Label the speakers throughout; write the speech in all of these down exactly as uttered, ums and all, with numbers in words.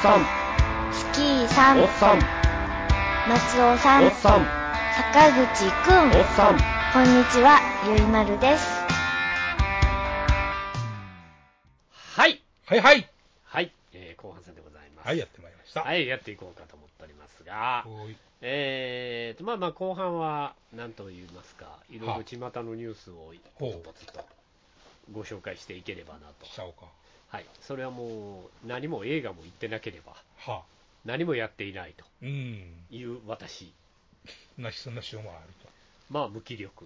Speaker 1: さん、
Speaker 2: スキーさん、
Speaker 1: おっさん、
Speaker 2: 松尾さん、
Speaker 1: おっさん、
Speaker 2: 坂口くん、
Speaker 1: おっさん。
Speaker 2: こんにちは、ゆいまるです。
Speaker 3: はい。
Speaker 4: はいはい。
Speaker 3: はい、えー後半戦でございます。
Speaker 4: はい、やってまいりました。
Speaker 3: はい、やっていこうかと思っておりますが、
Speaker 4: おい
Speaker 3: えーと、まあまあ後半は何と言いますか、いろいろ巷のニュースをポツポツとご紹介していければなと。
Speaker 4: しちゃおうか。
Speaker 3: はい、それはもう何も映画も言ってなければ、
Speaker 4: はあ、
Speaker 3: 何もやっていないと
Speaker 4: うん。
Speaker 3: いう私、
Speaker 4: なしそんな塩もある
Speaker 3: まあ無気力。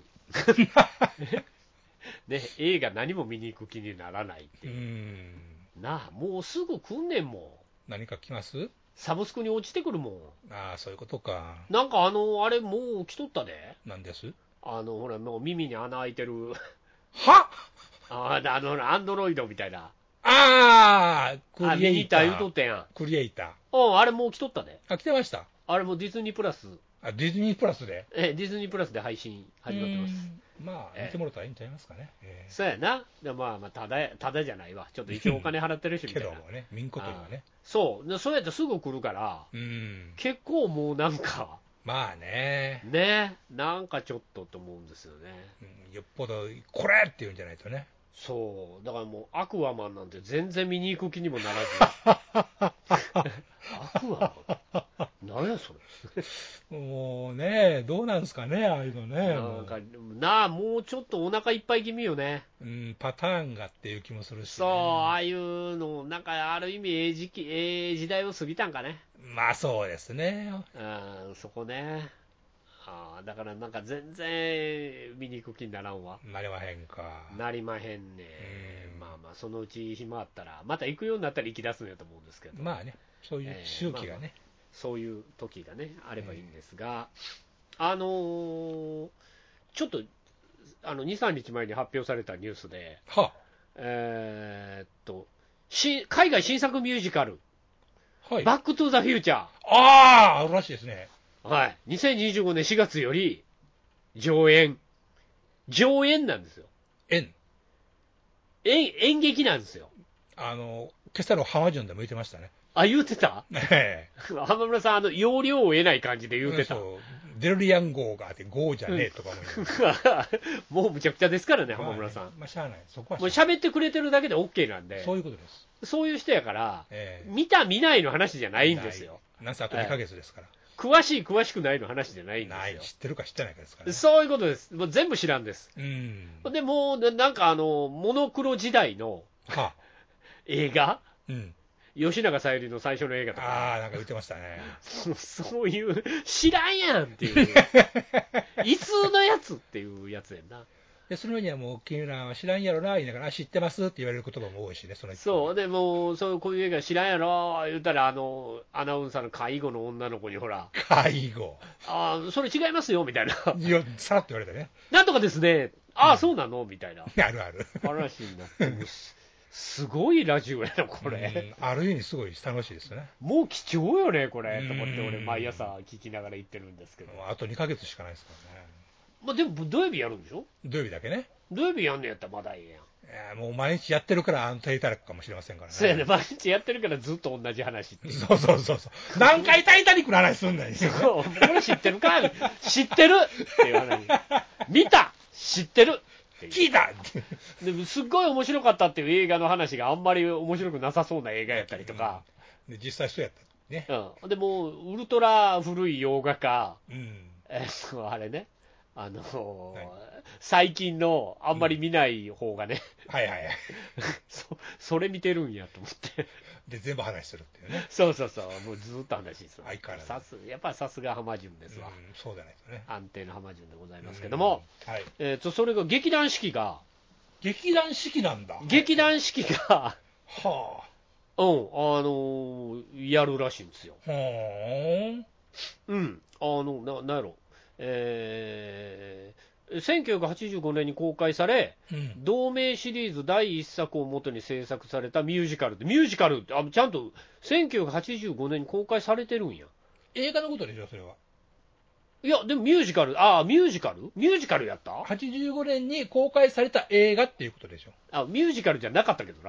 Speaker 3: ね、映画何も見に行く気にならないって
Speaker 4: と。う
Speaker 3: いう。
Speaker 4: ん。
Speaker 3: なあ、もうすぐ来んねんもん。
Speaker 4: 何か来ます？
Speaker 3: サブスクに落ちてくるもん。
Speaker 4: ああ、そういうことか。
Speaker 3: なんかあの、あれもう来とったで。
Speaker 4: なんです？
Speaker 3: あの、ほら、もう耳に穴開いてる。
Speaker 4: は
Speaker 3: ああの、アンドロイドみたいな。
Speaker 4: ああ、ク
Speaker 3: あ、
Speaker 4: リエイタ
Speaker 3: 見に行った言うと
Speaker 4: ー。
Speaker 3: ったやん。
Speaker 4: クリエイタ
Speaker 3: うん、あれもう来とったで。
Speaker 4: ー。あ、来てました。
Speaker 3: あれもディズニープラス。
Speaker 4: あ、ディズニープラスで。
Speaker 3: え、ディズニープラスで配信始まってます。
Speaker 4: うんまあ、
Speaker 3: ええ
Speaker 4: 見てもらったらいいんちゃいますかね。ええ
Speaker 3: そうやな。でまあまあ、ただ、ただじゃないわ。ちょっと一応お金払ってるしみたいな。
Speaker 4: けどもね、民国にはね。
Speaker 3: そう。でそうやってすぐ来るから、
Speaker 4: うん。
Speaker 3: 結構もうなんか、
Speaker 4: まあね、
Speaker 3: ね、なんかちょっとと思うんですよね。
Speaker 4: うんよっぽど、これって言うんじゃないとね。
Speaker 3: そう。だからもう、アクアマンなんて全然見に行く気にもならず。アクアマン何やそれ。
Speaker 4: もうね、どうなんですかね、ああいうのね。
Speaker 3: なんか、なあ、もうちょっとお腹いっぱい気味よね。
Speaker 4: うん、パターンがっていう気もするし、
Speaker 3: そう、
Speaker 4: ね、
Speaker 3: ああいうの、なんかある意味、ええ時期、ええ時代を過ぎたんかね。
Speaker 4: まあそうですね。
Speaker 3: うん、そこね。ああ、だからなんか全然見に行く気にならんわ。
Speaker 4: なりまへんか。
Speaker 3: なりまへんね。
Speaker 4: うん
Speaker 3: まあまあ、そのうち暇あったら、また行くようになったら行き出すんやと思うんですけど。
Speaker 4: まあね、そういう周期がね、
Speaker 3: えーまあまあそういう時がね、あればいいんですが、あのーちょっと、あの、に、さんにちまえに発表されたニュースで、
Speaker 4: は
Speaker 3: えーっと、し海外新作ミュージカル、
Speaker 4: はい。
Speaker 3: バックトゥザフューチャー、
Speaker 4: ああ、あるらしいですね。
Speaker 3: はい、にせんにじゅうごねんしがつより上演、上演なんですよ。
Speaker 4: 円。
Speaker 3: 演演劇なんですよ。
Speaker 4: あの、今朝の浜順でも言ってましたね。
Speaker 3: あ、言うてた
Speaker 4: ええ
Speaker 3: 浜村さん、あの、要領を得ない感じで言うてた。
Speaker 4: そうデルリアン号があって、号じゃねえとか思いながら
Speaker 3: もうむちゃくちゃですからね、浜村さん。
Speaker 4: まあねまあ、しゃあない。そこは
Speaker 3: もう
Speaker 4: しゃあ
Speaker 3: 喋ってくれてるだけで OK なんで、
Speaker 4: そういうことです。
Speaker 3: そういう人やから、
Speaker 4: ええ
Speaker 3: 見た見ないの話じゃないんですよ。
Speaker 4: ないなんせあとにかげつですから。
Speaker 3: 詳しい詳しくないの話じゃないんで
Speaker 4: ない。知ってるか知ってないかですから、
Speaker 3: す
Speaker 4: ね。
Speaker 3: よ。そういうことです。もう全部知らんです。
Speaker 4: うん。
Speaker 3: でもう、なんかあの、モノクロ時代の
Speaker 4: はあ。
Speaker 3: 映画、
Speaker 4: うん。
Speaker 3: 吉永小百合の最初の映画と
Speaker 4: あ
Speaker 3: か、
Speaker 4: あ、なんか言ってましたね。
Speaker 3: そそういう、知らんやんっていう、いつのやつっていうやつやんな。
Speaker 4: で、そのにはもう、君らは知らんやろな、言いながら、あ知ってますって言われる言葉も多いしね、その
Speaker 3: そう、でもう、そうこういう映画知らんやろ言うたら、あの、アナウンサーの介護の女の子に、ほら、
Speaker 4: 介護。
Speaker 3: ああ、それ違いますよみたいな、
Speaker 4: いや、さらっと言われてね。
Speaker 3: なんとかですね、ああ、そうなのみたいな
Speaker 4: あるある。
Speaker 3: 話になって、もうすすごいラジオやな、これ。
Speaker 4: うんある意味すごい楽しいですね。
Speaker 3: もう貴重よね、これ、と思って、
Speaker 4: うん
Speaker 3: 俺、毎朝聞きながら行ってるんですけど、
Speaker 4: あとにかげつしかないですからね。
Speaker 3: まあ、でも土曜日やるんでしょ、
Speaker 4: 土曜日だけね。
Speaker 3: 土曜日やんのやったらまだええやん。
Speaker 4: いやもう毎日やってるから、あの手いただくかもしれませんからね。
Speaker 3: そうやね、毎日やってるからずっと同じ話っていう。
Speaker 4: そうそうそうそう。何回タイタニックの話すんねん。
Speaker 3: そう、これ知ってるか知ってるっていう話。見た知ってるっていう
Speaker 4: 聞いた
Speaker 3: でもすっごい面白かったっていう映画の話があんまり面白くなさそうな映画やったりとか、
Speaker 4: で実際そうやったね。
Speaker 3: うん、でもうウルトラ古い洋画か、
Speaker 4: うん。
Speaker 3: えっとあれね、あのー
Speaker 4: はい
Speaker 3: 最近のあんまり見ない方がね、
Speaker 4: はいはいはい。
Speaker 3: そそれ見てるんやと思って、
Speaker 4: で、全部話するっていうね。
Speaker 3: そうそうそう、もうずっと話ですわ
Speaker 4: 相変わらず
Speaker 3: さすやっぱりさすが浜潤ですわ、
Speaker 4: うん、そうじゃないとね。
Speaker 3: 安定の浜潤でございますけども、
Speaker 4: うんはい。
Speaker 3: えー、とそれが劇団四季が、
Speaker 4: 劇団四季なんだ。
Speaker 3: 劇団四季が、
Speaker 4: は
Speaker 3: うん、あのーやるらしいんですよ。
Speaker 4: あ。は
Speaker 3: うん、あの、ななんやろ、えーせんきゅうひゃくはちじゅうごねんに公開され、
Speaker 4: あ。うん。
Speaker 3: 同名シリーズだいいっさくをもとに制作されたミュージカルで、ミュージカルってあちゃんとせんきゅうひゃくはちじゅうごねんに公開されてるんや。
Speaker 4: 映画のことでしょ、それは。
Speaker 3: いや、でもミュージカル、ああ、ミュージカルミュージカルやった
Speaker 4: はちじゅうごねんに公開された映画っていうことでしょ。
Speaker 3: あ、ミュージカルじゃなかったけどな。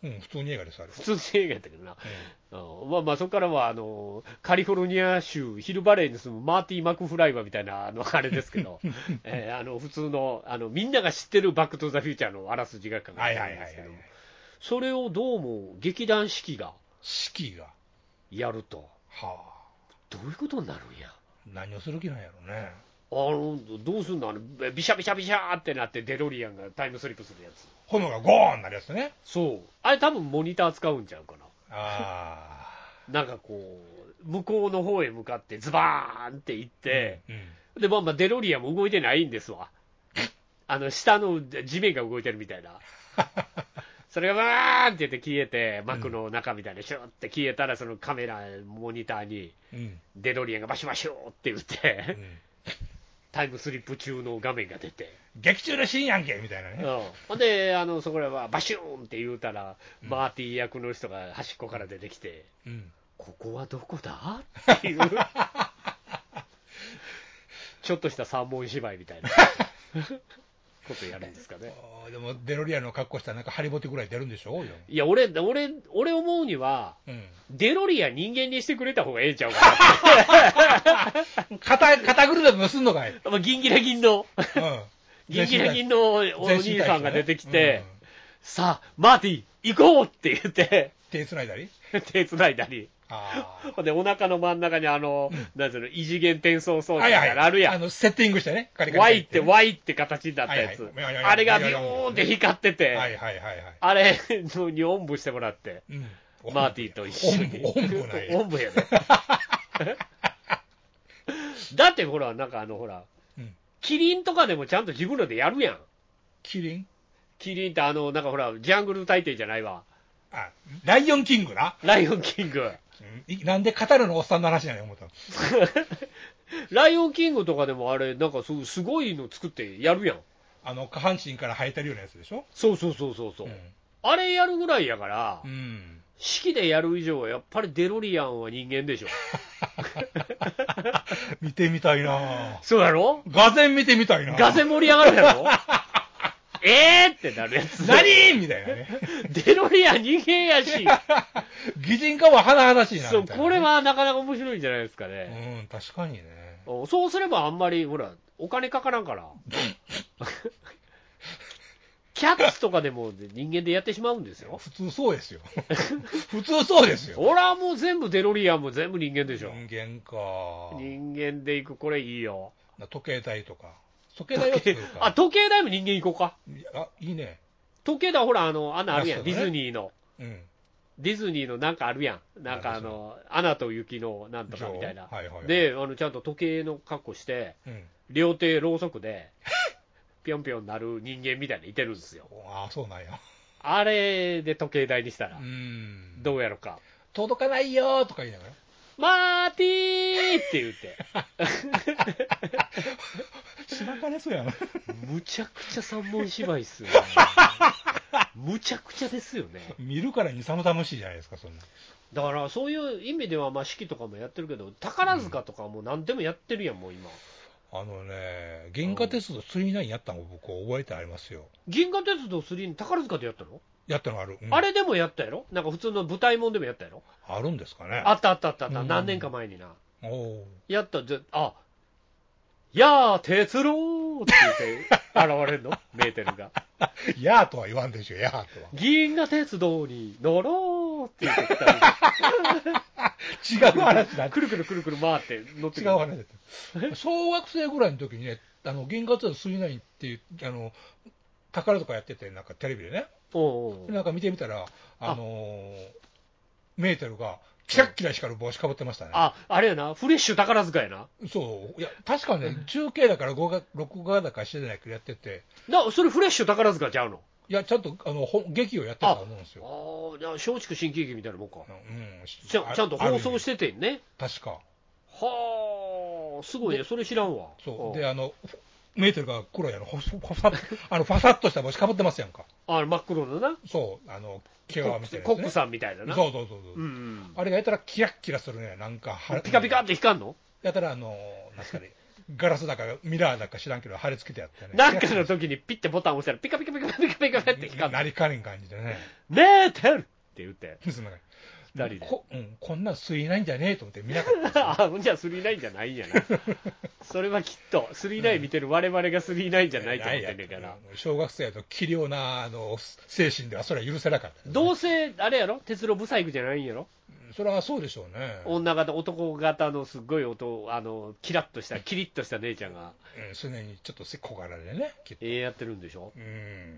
Speaker 4: うん、普通に映画です、あれ。
Speaker 3: 普通に映画やったけどな。うん、まあまあ、そこからは、あの、カリフォルニア州ヒルバレーに住むマーティー・マクフライバーみたいな、あの、あれですけど、えー、あの、普通の、あの、みんなが知ってるバックトゥザフューチャーのあらすじが書かれてるんですけど、それをどうも劇団四季が、
Speaker 4: 四季が
Speaker 3: やると。
Speaker 4: はあ。
Speaker 3: どういうことになるんや。
Speaker 4: 何をする気なんやろうね。
Speaker 3: あの、どうすんのあの、ビシャビシャビシャーってなってデロリアンがタイムスリップするやつ。
Speaker 4: 炎がゴーンなるやつね。
Speaker 3: そう。あれ多分モニター使うんちゃうかな。
Speaker 4: あ
Speaker 3: あ。なんかこう、向こうの方へ向かってズバーンって行って、
Speaker 4: うんうん、
Speaker 3: で、まあまあデロリアンも動いてないんですわ。あの、下の地面が動いてるみたいな。それがバーンって言って消えて、幕の中みたいなシューって消えたら、そのカメラ、モニターに、デロリアンがバシバシューって言って、うん、タイムスリップ中の画面が出て。
Speaker 4: 劇中のシーンやんけみたいなね。
Speaker 3: うん。ほんで、あの、そこらはバシューンって言うたら、うん、マーティー役の人が端っこから出てきて、うん、ここはどこだっていう、ちょっとした三文芝居みたいな。ことやるんですかね。
Speaker 4: でもデロリアンの格好したらなんかハリボテぐらい出るんでしょうよ。
Speaker 3: いや俺俺俺思うには、うん、デロリアン人間にしてくれた方がええんちゃうかなって。
Speaker 4: 肩肩ぐるでもすんのかい。
Speaker 3: ギンギラギンの、うん、ギンギラギンのお兄さんが出てきて、うん、さあマーティ行こうって言って
Speaker 4: 手繋いだり
Speaker 3: 手繋いだり。あでお腹の真ん中にあの、うん、なんていうの異次元転送装置があるやん、
Speaker 4: はいはい、あのセッティングしてね、
Speaker 3: カリカリ Y って Y って形になったやつ、はいはい、あれがビヨーンって光ってて、はいはいはいはい、あれにおんぶしてもらって、うん、マーティーと一緒に
Speaker 4: おんぶなんや
Speaker 3: おんぶやねだってほらなんかあのほら、うん、キリンとかでもちゃんと自分らでやるやん。
Speaker 4: キリン
Speaker 3: キリンってあのなんかほらジャングル大帝じゃないわ。
Speaker 4: あ、ライオンキングな。
Speaker 3: ライオンキング。
Speaker 4: なんでカタルのおっさんの話なの思ったの。
Speaker 3: ライオンキングとかでもあれ、なんかすごいの作ってやるやん。
Speaker 4: あの、下半身から生えてるようなやつでしょ。
Speaker 3: そうそうそうそうそう、うん。あれやるぐらいやから、うん、式でやる以上はやっぱりデロリアンは人間でしょ。
Speaker 4: 見てみたいな。
Speaker 3: そうやろ？
Speaker 4: ガゼン見てみたいな。
Speaker 3: ガゼン盛り上がるやろえーってなるやつ。
Speaker 4: 何みたいなね。
Speaker 3: デロリアン人間やし。
Speaker 4: 擬人化は甚だしいな。
Speaker 3: そう、これはなかなか面白いんじゃないですかね。
Speaker 4: うん、確かにね。
Speaker 3: そうすればあんまり、ほら、お金かからんから。キャッツとかでも人間でやってしまうんですよ。
Speaker 4: 普通そうですよ。普通そうですよ。
Speaker 3: 俺はもう全部デロリアンも全部人間でしょ。
Speaker 4: 人間か。
Speaker 3: 人間で行く、これいいよ。
Speaker 4: 時計台とか。時計台を作るか。
Speaker 3: あ、時計台も人間行こうか。
Speaker 4: あ、いいね。
Speaker 3: 時計台ほら、あの、あんなあるやん、ね、ディズニーの。
Speaker 4: うん。
Speaker 3: ディズニーのなんかあるやん。なんかあの、アナと雪のなんとかみたいな。はいはいはい、で、あの、ちゃんと時計の格好して、うん、両手ろうそくで、ぴょんぴょんなる人間みたいにいてるんですよ。
Speaker 4: ああ、そうなんや。
Speaker 3: あれで時計台にしたら、うん、どうやろか。
Speaker 4: 届かないよーとか言いながら。
Speaker 3: マーティーって言って。
Speaker 4: 白金そうやな。
Speaker 3: むちゃくちゃ三文芝居っすよね。むちゃくちゃですよね。
Speaker 4: 見るからに寒々しいじゃないですか、そんな。
Speaker 3: だからそういう意味では、まあ、式とかもやってるけど、宝塚とかも何でもやってるやん、もう今。
Speaker 4: あのね、銀河鉄道スリーナインやったの僕覚えてありますよ。
Speaker 3: 銀河鉄道スリーナイン宝塚でやったの？
Speaker 4: やったのある、
Speaker 3: うん、あれでもやったやろ？なんか普通の舞台もんでもやったやろ？
Speaker 4: あるんですかね。
Speaker 3: あったあったあった、うん、何年か前にな。
Speaker 4: お
Speaker 3: やった、じゃ、あ、やー、鉄郎って言って現れるのメーテルが。
Speaker 4: やーとは言わんでしょ、やーとは。
Speaker 3: 銀河鉄道に乗ろうって言ってきた。
Speaker 4: 違う話だ。
Speaker 3: くるくるくるくる回って乗ってくる。
Speaker 4: 違う話だった。小学生ぐらいの時にね、あの、銀河鉄道スリーナインっていう、あの、宝とかやってて、なんかテレビでね。おうおうなんか見てみたら、あのー、メーテルが、キラッキラ光る帽子かぶってましたね。
Speaker 3: あ、あれやな、フレッシュ宝塚やな。
Speaker 4: そう。いや、確かね、中継だから録画だからしてないけどやってて。
Speaker 3: だそれフレッシュ宝塚ちゃうの？
Speaker 4: いや、ちゃんと、あの、劇をやってたと思うんですよ。
Speaker 3: ああ、じゃあ、松竹新喜劇みたいなもんか。うん。ちゃ, ちゃんと放送しててんね。
Speaker 4: 確か。
Speaker 3: はあ、すごいね。それ知らんわ。
Speaker 4: そう。で、あの、メーテルが黒いあの、ファあのファサッとした帽子かぶってますやんか。
Speaker 3: あの真っ黒のな。
Speaker 4: そう、あの、毛皮みたいな、ね。
Speaker 3: コックさんみたいなな。
Speaker 4: そうそうそうそう、うんうん。あれがやったらキラッキラするね、なんか。
Speaker 3: ピカピカって光んの？
Speaker 4: やったら、あの、なんすかね、 ガラスだかミラーだか知らんけど貼り付けてやってね。
Speaker 3: なんかの時にピッてボタン押したらピカピカピカピカピカピカって光る。
Speaker 4: なりかねん感じでね。
Speaker 3: ねえてるって言って。
Speaker 4: ふん
Speaker 3: 二人で
Speaker 4: こ、うん、こんなんスリーナインじゃねえと思って見なかった
Speaker 3: あ、じゃあスリーナインじゃないんやな。それはきっとスリーナイン見てる我々がスリーナインじゃないと思ってんねんから。
Speaker 4: 小学生と器量なあの精神ではそれは許せなかった、ね、
Speaker 3: どうせあれやろ、鉄路ブサイクじゃないんやろ。
Speaker 4: それはそうでしょうね。
Speaker 3: 女型、男型のすっごい音、あのキラッとしたキリッとした姉ちゃんが、
Speaker 4: うん、常にちょっと小柄でね、きっと
Speaker 3: ええやってるんでしょ。
Speaker 4: うん、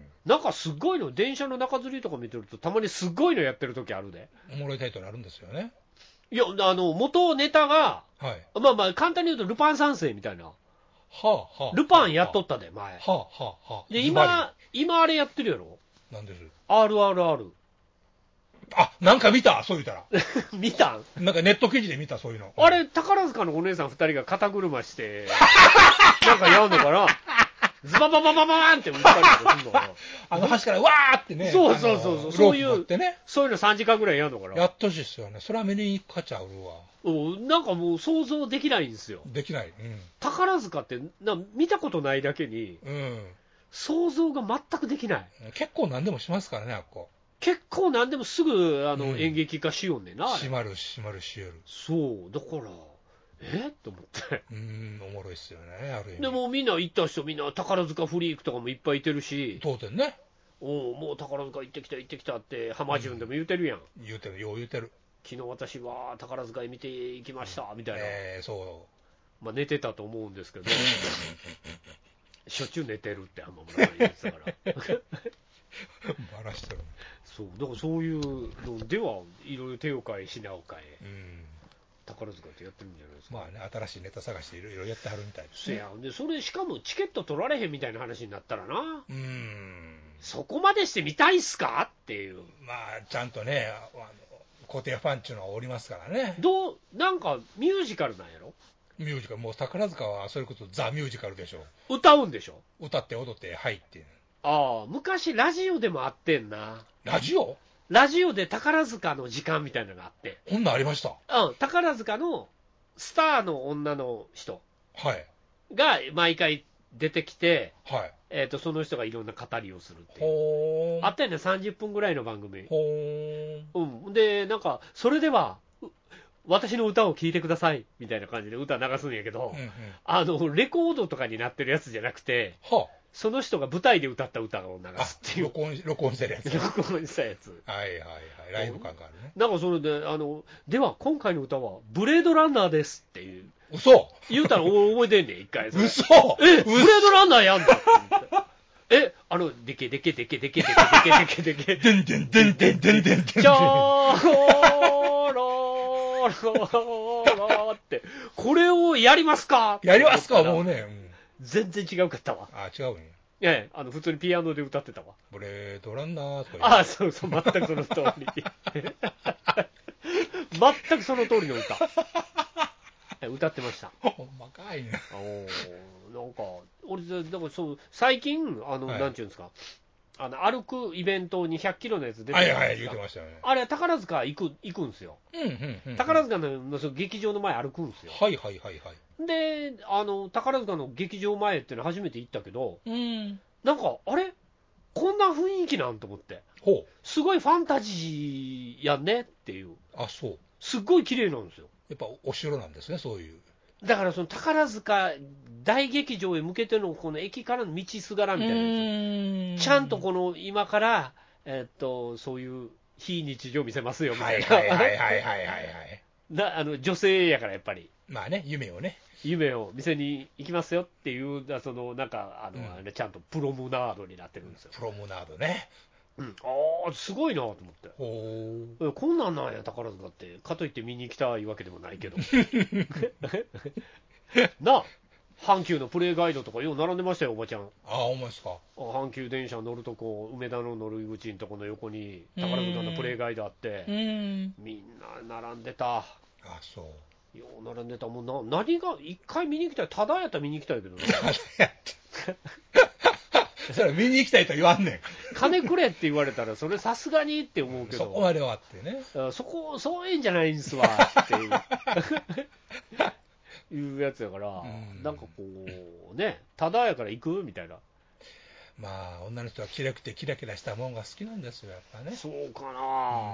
Speaker 3: なんかすごいの、電車の中吊りとか見てるとたまにすごいのやってる時あるで。
Speaker 4: おもろいタイトルあるんですよね。
Speaker 3: いや、あの元ネタが、はい、まあまあ簡単に言うとルパン三世みたいな、は
Speaker 4: あはあ、
Speaker 3: ルパンやっとったで前、は
Speaker 4: あはあはあ、
Speaker 3: で今今あれやってるやろ。
Speaker 4: なんです
Speaker 3: アールアールアール。
Speaker 4: あ、なんか見た、そう言ったら。
Speaker 3: 見たん
Speaker 4: なんかネット記事で見た、そういうの。
Speaker 3: あれ、宝塚のお姉さん二人が肩車して、なんかやんのかな。ズバババババーンって打ったりとかするのかな。
Speaker 4: あの橋からわーってね。
Speaker 3: そうそうそうそう。そういう、
Speaker 4: ね、
Speaker 3: そういうのさんじかんぐらいやんのかな。
Speaker 4: やっとしいっすよね。それは目に価値あるわ。
Speaker 3: うん、なんかもう想像できないんですよ。
Speaker 4: できない。うん、
Speaker 3: 宝塚ってな見たことないだけに、うん、想像が全くできない。
Speaker 4: 結構何でもしますからね、あっこ。
Speaker 3: 結構何でもすぐあの、うん、演劇化しようねんな。
Speaker 4: 閉まる閉まるしよる。
Speaker 3: そうだからえと思って。
Speaker 4: うーん、おもろいっすよね、ある意味。
Speaker 3: でもみんな行った人みんな宝塚フリークとかもいっぱいいてるし。
Speaker 4: 当然ね。
Speaker 3: おもう宝塚行ってきた行ってきたって浜順でも言うてるやん。
Speaker 4: うん、言うてる、よう言うてる。
Speaker 3: 昨日私は宝塚へ見ていきました、うん、みたいな。
Speaker 4: えー、そう。
Speaker 3: まあ寝てたと思うんですけど。しょっちゅう寝てるって浜村が言ってたから。
Speaker 4: バラしてる。
Speaker 3: そうだからそういうのではいろいろ手を変え品を変え、うん、宝塚ってやってるんじゃないですか。
Speaker 4: まあね、新しいネタ探していろいろやってはるみたいです
Speaker 3: ね。いやでそれしかもチケット取られへんみたいな話になったらな、
Speaker 4: うん、
Speaker 3: そこまでして見たいっすかっていう。
Speaker 4: まあちゃんとね、あの固定ファンっていうのはおりますからね。
Speaker 3: どうなんかミュージカルなんやろ。
Speaker 4: ミュージカル、もう宝塚はそれこそザ・ミュージカルでしょ。
Speaker 3: 歌うんでしょ。
Speaker 4: 歌って踊って入って。
Speaker 3: ああ、昔ラジオでもあってんな。
Speaker 4: ラジオ
Speaker 3: ラジオで宝塚の時間みたいなのがあって。
Speaker 4: こんなんありました。
Speaker 3: うん、宝塚のスターの女の人が毎回出てきて、はい、えーと、その人がいろんな語りをするっていう。あったよね、さんじゅっぷんぐらいの番組。ほー、うん、で、なんか、それでは、私の歌を聴いてくださいみたいな感じで歌流すんやけど、うんうん、あのレコードとかになってるやつじゃなくて、はあ、その人が舞台で歌った歌を流すっていう。
Speaker 4: 録音、録音してるやつ。
Speaker 3: 録音したやつ。
Speaker 4: はいはいはい。ライブ感があるね。
Speaker 3: なんかそれで、あの、では今回の歌は、ブレードランナーですっていう。
Speaker 4: 嘘
Speaker 3: 言うたら覚えてんねん、一回。
Speaker 4: 嘘
Speaker 3: え、ブレードランナーやんだって言って。え、あの、でけでけでけでけでけでけでけでけ。
Speaker 4: でんでんでんでんでんでんでん。
Speaker 3: ちゃーろーろーろーって、これをやりますか
Speaker 4: やりますかもうね。
Speaker 3: うん、全然違うかったわ。
Speaker 4: あ、違うんや。
Speaker 3: いやいや、あの、普通にピアノで歌ってたわ。
Speaker 4: ブレードランナーとか言
Speaker 3: う。ああ、そうそう、全くその通り。全くその通りの歌。歌ってました。
Speaker 4: ほんまかいね。
Speaker 3: おなんか、俺、だからそう、最近、あの、はい、なんちゅうんですか、あの、歩くイベントにひゃっキロのやつ出てたじゃないですか。
Speaker 4: はいはい、言ってましたね。
Speaker 3: あれ、宝塚行く、行くんですよ。うんうんうんうん、宝塚のその劇場の前歩くんですよ。
Speaker 4: はいはいはいはい。
Speaker 3: で、あの、宝塚の劇場前っていうの初めて行ったけど、うん、なんか、あれこんな雰囲気なんと思って。ほう。すごいファンタジーやんねっていう。
Speaker 4: あ、そう。
Speaker 3: すっごい綺麗なんですよ。
Speaker 4: やっぱお城なんですね、そういう。
Speaker 3: だからその宝塚大劇場へ向けてのこの駅からの道すがらみたいなやつ、ちゃんとこの今から、えー、っとそういう非日常を見せますよみたいな、
Speaker 4: はいはいはいはいはいはい
Speaker 3: なあの女性やからやっぱり、
Speaker 4: まあね、夢をね、
Speaker 3: 夢を見せに行きますよっていう、そのなんかあの、うん、あれちゃんとプロムナードになってるんですよ。
Speaker 4: プロムナードね。
Speaker 3: うん、ああ、すごいなと思って、こんなんなんや、宝塚って、かといって見に行きたいわけでもないけど、なあ、阪急のプレイガイドとか、よう並んでましたよ、おばちゃん。
Speaker 4: ああ、ほんまですか。
Speaker 3: 阪急電車乗るとこ、梅田の乗り口のとこの横に、宝塚のプレイガイドあって、みんな並んでた。
Speaker 4: あそう。
Speaker 3: よう並んでた、もうな何が、一回見に行きたい、ただやったら見に行きたいけどね。
Speaker 4: ただやって。それ見に行きたいと言わんねん。
Speaker 3: 金くれって言われたら、それさすがにって思うけど、
Speaker 4: そこまではってね。
Speaker 3: そこ、そういうんじゃないんすわっていう。 いうやつやから、
Speaker 4: うん、
Speaker 3: なんかこう、ね、ただやから行くみたいな。
Speaker 4: まあ、女の人はキラくてキラキラしたもんが好きなんですよ、やっぱね。
Speaker 3: そうかな、うん、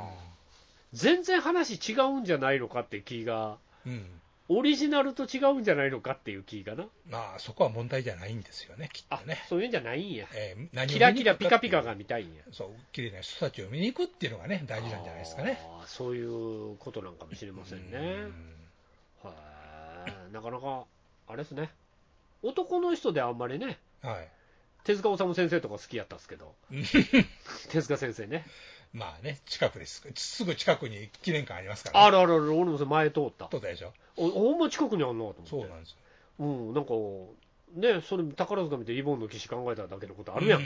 Speaker 3: 全然話違うんじゃないのかっていう気が、うん、オリジナルと違うんじゃないのかっていう気がな。
Speaker 4: まあ、そこは問題じゃないんですよね、きっとね。
Speaker 3: あ、そういうんじゃないんや。
Speaker 4: えー、何を
Speaker 3: キラキラピカピカが見たいんや。
Speaker 4: そう、綺麗な人たちを見に行くっていうのがね、大事なんじゃないですかね。
Speaker 3: あ、そういうことなんかもしれませんね。はなかなか、あれですね。男の人であんまりね、はい、手塚治虫先生とか好きやったんですけど、手塚先生ね。
Speaker 4: まあね、近くです。すぐ近くに記念館ありますから、ね。
Speaker 3: あるあるある、俺も前通った。
Speaker 4: 通ったでしょ。
Speaker 3: ほんま近くにあるなと思って。
Speaker 4: そうなんですよ。
Speaker 3: うん、なんか、ね、それ宝塚見てリボンの騎士考えただけのことあるやん。うん、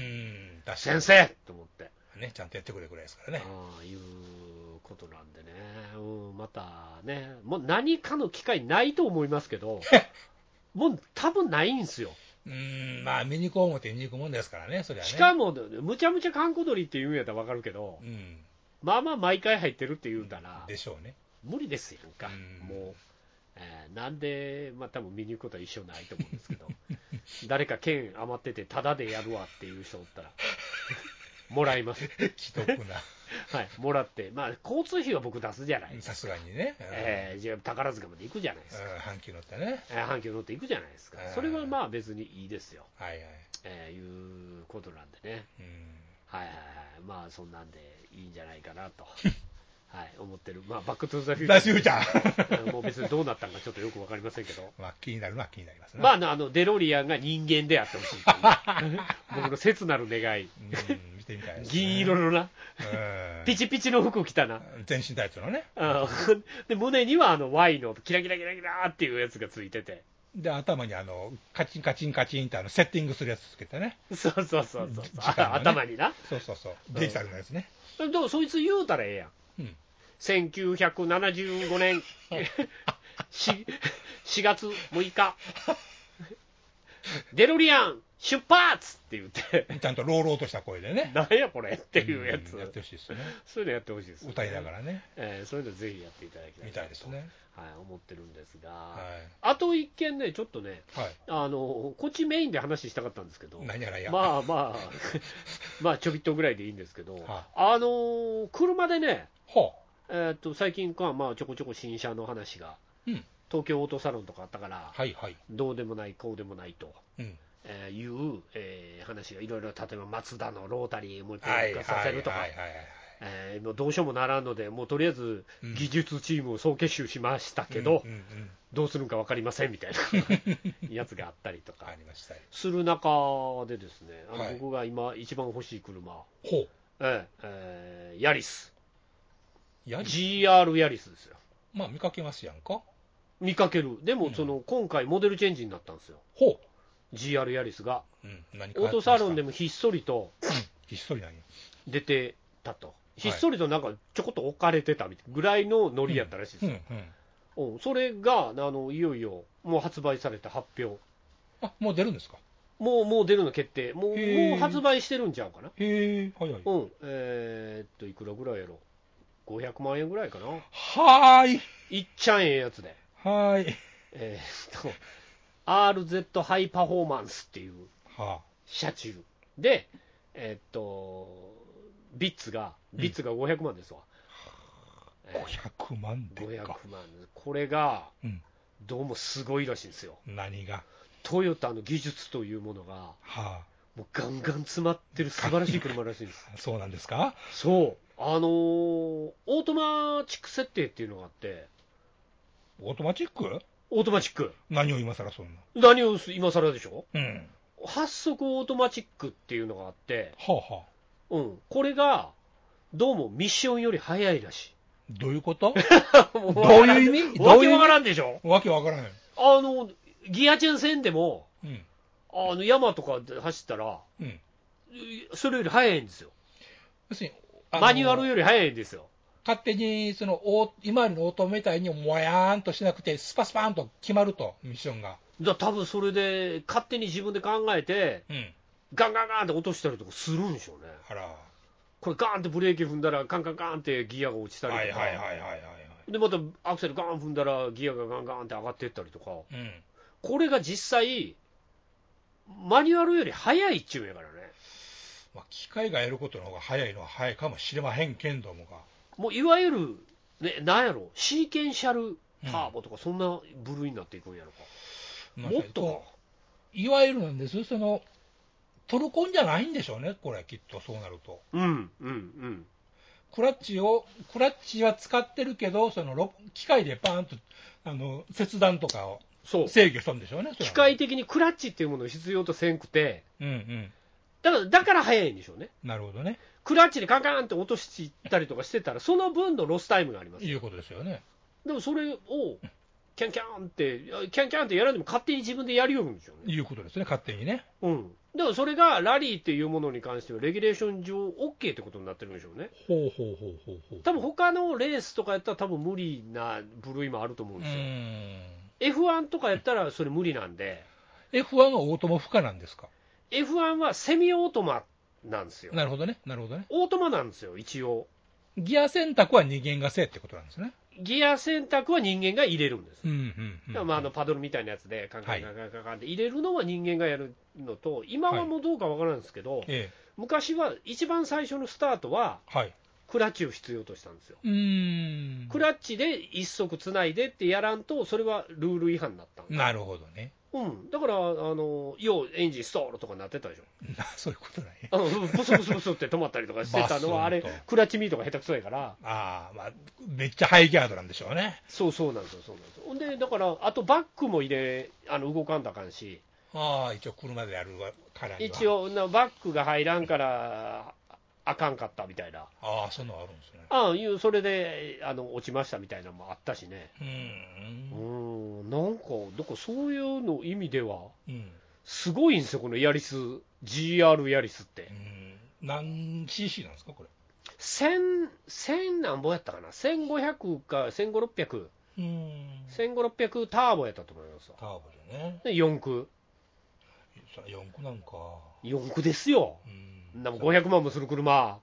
Speaker 3: 先生と思って。
Speaker 4: ね、ちゃんとやってくれぐらいですからね。
Speaker 3: ああ、いうことなんでね。うん、またね、もう何かの機会ないと思いますけど、もう多分ないんですよ。
Speaker 4: うーん、まあ見に行こう思って見に行くもんですからね、それはね。
Speaker 3: しかも、むちゃむちゃ閑古鳥って言うんやったら分かるけど、うん、まあまあ毎回入ってるって言うたら、
Speaker 4: うん、でしょうね。
Speaker 3: 無理ですよ、か、うん、もう、えー、なんで、まあ多分見に行くことは一緒ないと思うんですけど、誰か券余ってて、タダでやるわっていう人おったら、もらいます。
Speaker 4: 既得な。
Speaker 3: はい、もらって、まあ、交通費は僕出すじゃないですか。
Speaker 4: さすがにね。
Speaker 3: えー、じゃあ宝塚まで行くじゃないですか。
Speaker 4: 阪急乗ってね。
Speaker 3: えー、阪急乗って行くじゃないですか。それはまあ別にいいですよ。はいはい。えー、いうことなんでね。うん。はいはいはい。まあそんなんでいいんじゃないかなと。はい、思ってる。まあ、バックトゥザフューチャー。もう別にどうなったのかちょっとよくわかりませんけど。
Speaker 4: まあ、気になるのは気になりますね。
Speaker 3: まあ、あの、デロリアンが人間であってほしいという。僕の切なる願い。うん、見てみたいです、ね。銀色のな。ピチピチの服着たな。
Speaker 4: 全身タイツのね。
Speaker 3: で、胸にはあの、Y のキラキラキラキラっていうやつがついてて。
Speaker 4: で、頭にあの、カチンカチンカチンってあの、セッティングするやつつけてね。
Speaker 3: そうそうそうそう。ね、頭にな。
Speaker 4: そうそうそう。デジタルのやつね。
Speaker 3: でも、そいつ言うたらええやん。うん、せんきゅうひゃくななじゅうごねんしがつむいかデロリアン出発って言って
Speaker 4: ちゃんと朗々とした声でね、
Speaker 3: なんやこれっていうやつ、
Speaker 4: うん、やってほしいですね。
Speaker 3: そういうのやってほしいです、ね、
Speaker 4: 歌いながらね、
Speaker 3: えー、そういうのぜひやっていただきたい
Speaker 4: みたいですね、
Speaker 3: はい、思ってるんですが、
Speaker 4: はい、
Speaker 3: あと一件ね、ちょっとね、はい、あのこっちメインで話したかったんですけど、
Speaker 4: 何やらや
Speaker 3: まあまあまあちょびっとぐらいでいいんですけど、はあ、あの車でね、はあえー、と最近はまあちょこちょこ新車の話が、うん、東京オートサロンとかあったから、はいはい、どうでもないこうでもないと、うんえー、いう、えー、話がいろいろ、例えばマツダのロータリーをもう一回復活させるとか、もうどうしようもならんので、もうとりあえず技術チームを総結集しましたけど、うんうんうんうん、どうするか分かりませんみたいなやつがあったりとかする中でですね、あの、はい、僕が今一番欲しい車、ほう、えーえー、ヤリスヤリス ジーアール ヤリスですよ。
Speaker 4: まあ見かけますやんか。
Speaker 3: 見かける。でもその、うん、今回モデルチェンジになったんですよ。ほう。ジーアール ヤリスが、うん、何オートサロンでもひっそりと、
Speaker 4: うん、ひっそり何
Speaker 3: 出てたと。ひっそりとなんかちょこっと置かれてたみたいぐらいのノリやったらしいですよ。うんうんうん、それがあのいよいよもう発売されて発表。
Speaker 4: あ、もう出るんですか。
Speaker 3: もうもう出るの決定。もうもう発売してるんちゃうかな。
Speaker 4: へえ、はいはい。
Speaker 3: うん。えー、っといくらぐらいやろ。ごひゃくまんえんぐらいかな。
Speaker 4: はーい。
Speaker 3: いっちゃんええやつで。
Speaker 4: はーい。
Speaker 3: えー、っと アールゼット ハイパフォーマンスっていう車中で、えー、っとビッツがビッツがごひゃくまんですわ。
Speaker 4: うん、ごひゃくまんでか。
Speaker 3: ごひゃくまん。これが、うん、どうもすごいらしいんですよ。
Speaker 4: 何が。
Speaker 3: トヨタの技術というものが、はあ、もうガンガン詰まってる素晴らしい車らしいんです。
Speaker 4: そうなんですか。
Speaker 3: そう。あのー、オートマチック設定っていうのがあって。
Speaker 4: オートマチック？
Speaker 3: オートマチック。
Speaker 4: 何を今更そんな。
Speaker 3: 何を今更でしょ？うん。発速オートマチックっていうのがあって。はあはあ。うん。これが、どうもミッションより速いらしい。
Speaker 4: どういうことどういう意味？
Speaker 3: わけわからんでしょ？
Speaker 4: わけわからない。
Speaker 3: あの、ギアチェン線でも、うん、あの山とかで走ったら、うん、それより速いんですよ。要するにマニュアルより速いんですよ。
Speaker 4: 勝手にその今までのオートみたいにもやーんとしなくてスパスパーンと決まると、ミッションが。
Speaker 3: だ多分それで勝手に自分で考えて、うん、ガンガンガンって落としたりとかするんでしょうね。あら、これガーンってブレーキ踏んだらカンカンカンってギアが落ちたりとか、はいはいはいはいはい、 でまたアクセルガーン踏んだらギアがガンガンって上がっていったりとか、
Speaker 4: うん、
Speaker 3: これが実際マニュアルより速いっちゅうんやからね。
Speaker 4: まあ、機械がやることの方が早いのは早いかもしれまへんけんどもが、
Speaker 3: もういわゆる、ね、なんやろ、シーケンシャルターボとか、そんな部類になっていくんやろか、
Speaker 4: うん、
Speaker 3: もっとか、
Speaker 4: いわゆるなんです、そのトルコンじゃないんでしょうね、これ、きっとそうなると。
Speaker 3: うんうんうん、
Speaker 4: クラッチを、クラッチは使ってるけど、その機械でパーンとあの切断とかを制御したんでしょうね、
Speaker 3: 機械的にクラッチっていうものを必要とせんくて、
Speaker 4: うんうん、
Speaker 3: だからだから速いんでしょうね。
Speaker 4: なるほどね。
Speaker 3: クラッチでカンカンって落としたりとかしてたら、その分のロスタイムがあります。
Speaker 4: いうことですよね。
Speaker 3: でもそれをキャンキャンって、キャンキャンってやらんでも勝手に自分でやりよるんでしょうね。
Speaker 4: いうことですね、勝手にね。
Speaker 3: うん。でもそれがラリーっていうものに関しては、レギュレーション上 OK ってことになってるんでしょうね。
Speaker 4: ほうほうほうほうほう。
Speaker 3: 多分他のレースとかやったら、多分無理な部類もあると思うんですよ。エフワン とかやったらそれ無理なんで。
Speaker 4: エフワン はオートマ不可なんですか？
Speaker 3: エフワン はセミオートマなんですよ。
Speaker 4: なるほどね、なるほどね。
Speaker 3: オートマなんですよ、一応。
Speaker 4: ギア選択は人間がせえってことなんですね。
Speaker 3: ギア選択は人間が入れるんです。
Speaker 4: うんうんうん、
Speaker 3: まあ、あのパドルみたいなやつでカンカンカンカンカンカンって入れるのは人間がやるのと、今はもうどうかわからないんですけど、はい、昔は一番最初のスタートは、はい、クラッチを必要としたんですよ。
Speaker 4: うーん、
Speaker 3: クラッチで一足つないでってやらんと、それはルール違反になったんです。
Speaker 4: なるほどね。
Speaker 3: うん、だから、あの要エンジンストールとかなってたでしょ。
Speaker 4: そういうことね。
Speaker 3: あのブスブスブスって止まったりとかしてたのは、あれ、クラッチミートが下手くそやから、
Speaker 4: あ、まあ、めっちゃハイギアードなんでしょうね。
Speaker 3: そうそうなんですよ、そうなんですよ。ほんで、だから、あとバックも入れ、あの動かんとあかんし、
Speaker 4: ああ、一応、車でやるからには
Speaker 3: 一応、バックが入らんからあかんかったみたいな、
Speaker 4: ああ、そんなのあるんですね。
Speaker 3: ああいう、それであの落ちましたみたいなのもあったしね、
Speaker 4: うん、
Speaker 3: うん、なんか、どこそういうの意味では、
Speaker 4: うん、
Speaker 3: すごいんですよ、このヤリス、ジーアール ヤリスって。
Speaker 4: うん、何 シーシー なんですか、これ。
Speaker 3: せん、せんなんぼやったかな、せんごひゃくかせんごひゃく、ろっぴゃく、
Speaker 4: うん、
Speaker 3: せんごひゃく、ろっぴゃくターボやったと思いますわ。
Speaker 4: ターボでね。
Speaker 3: で、よんく。
Speaker 4: よんくなんか。
Speaker 3: よんくですよ。うん、でもごひゃくまんもする車。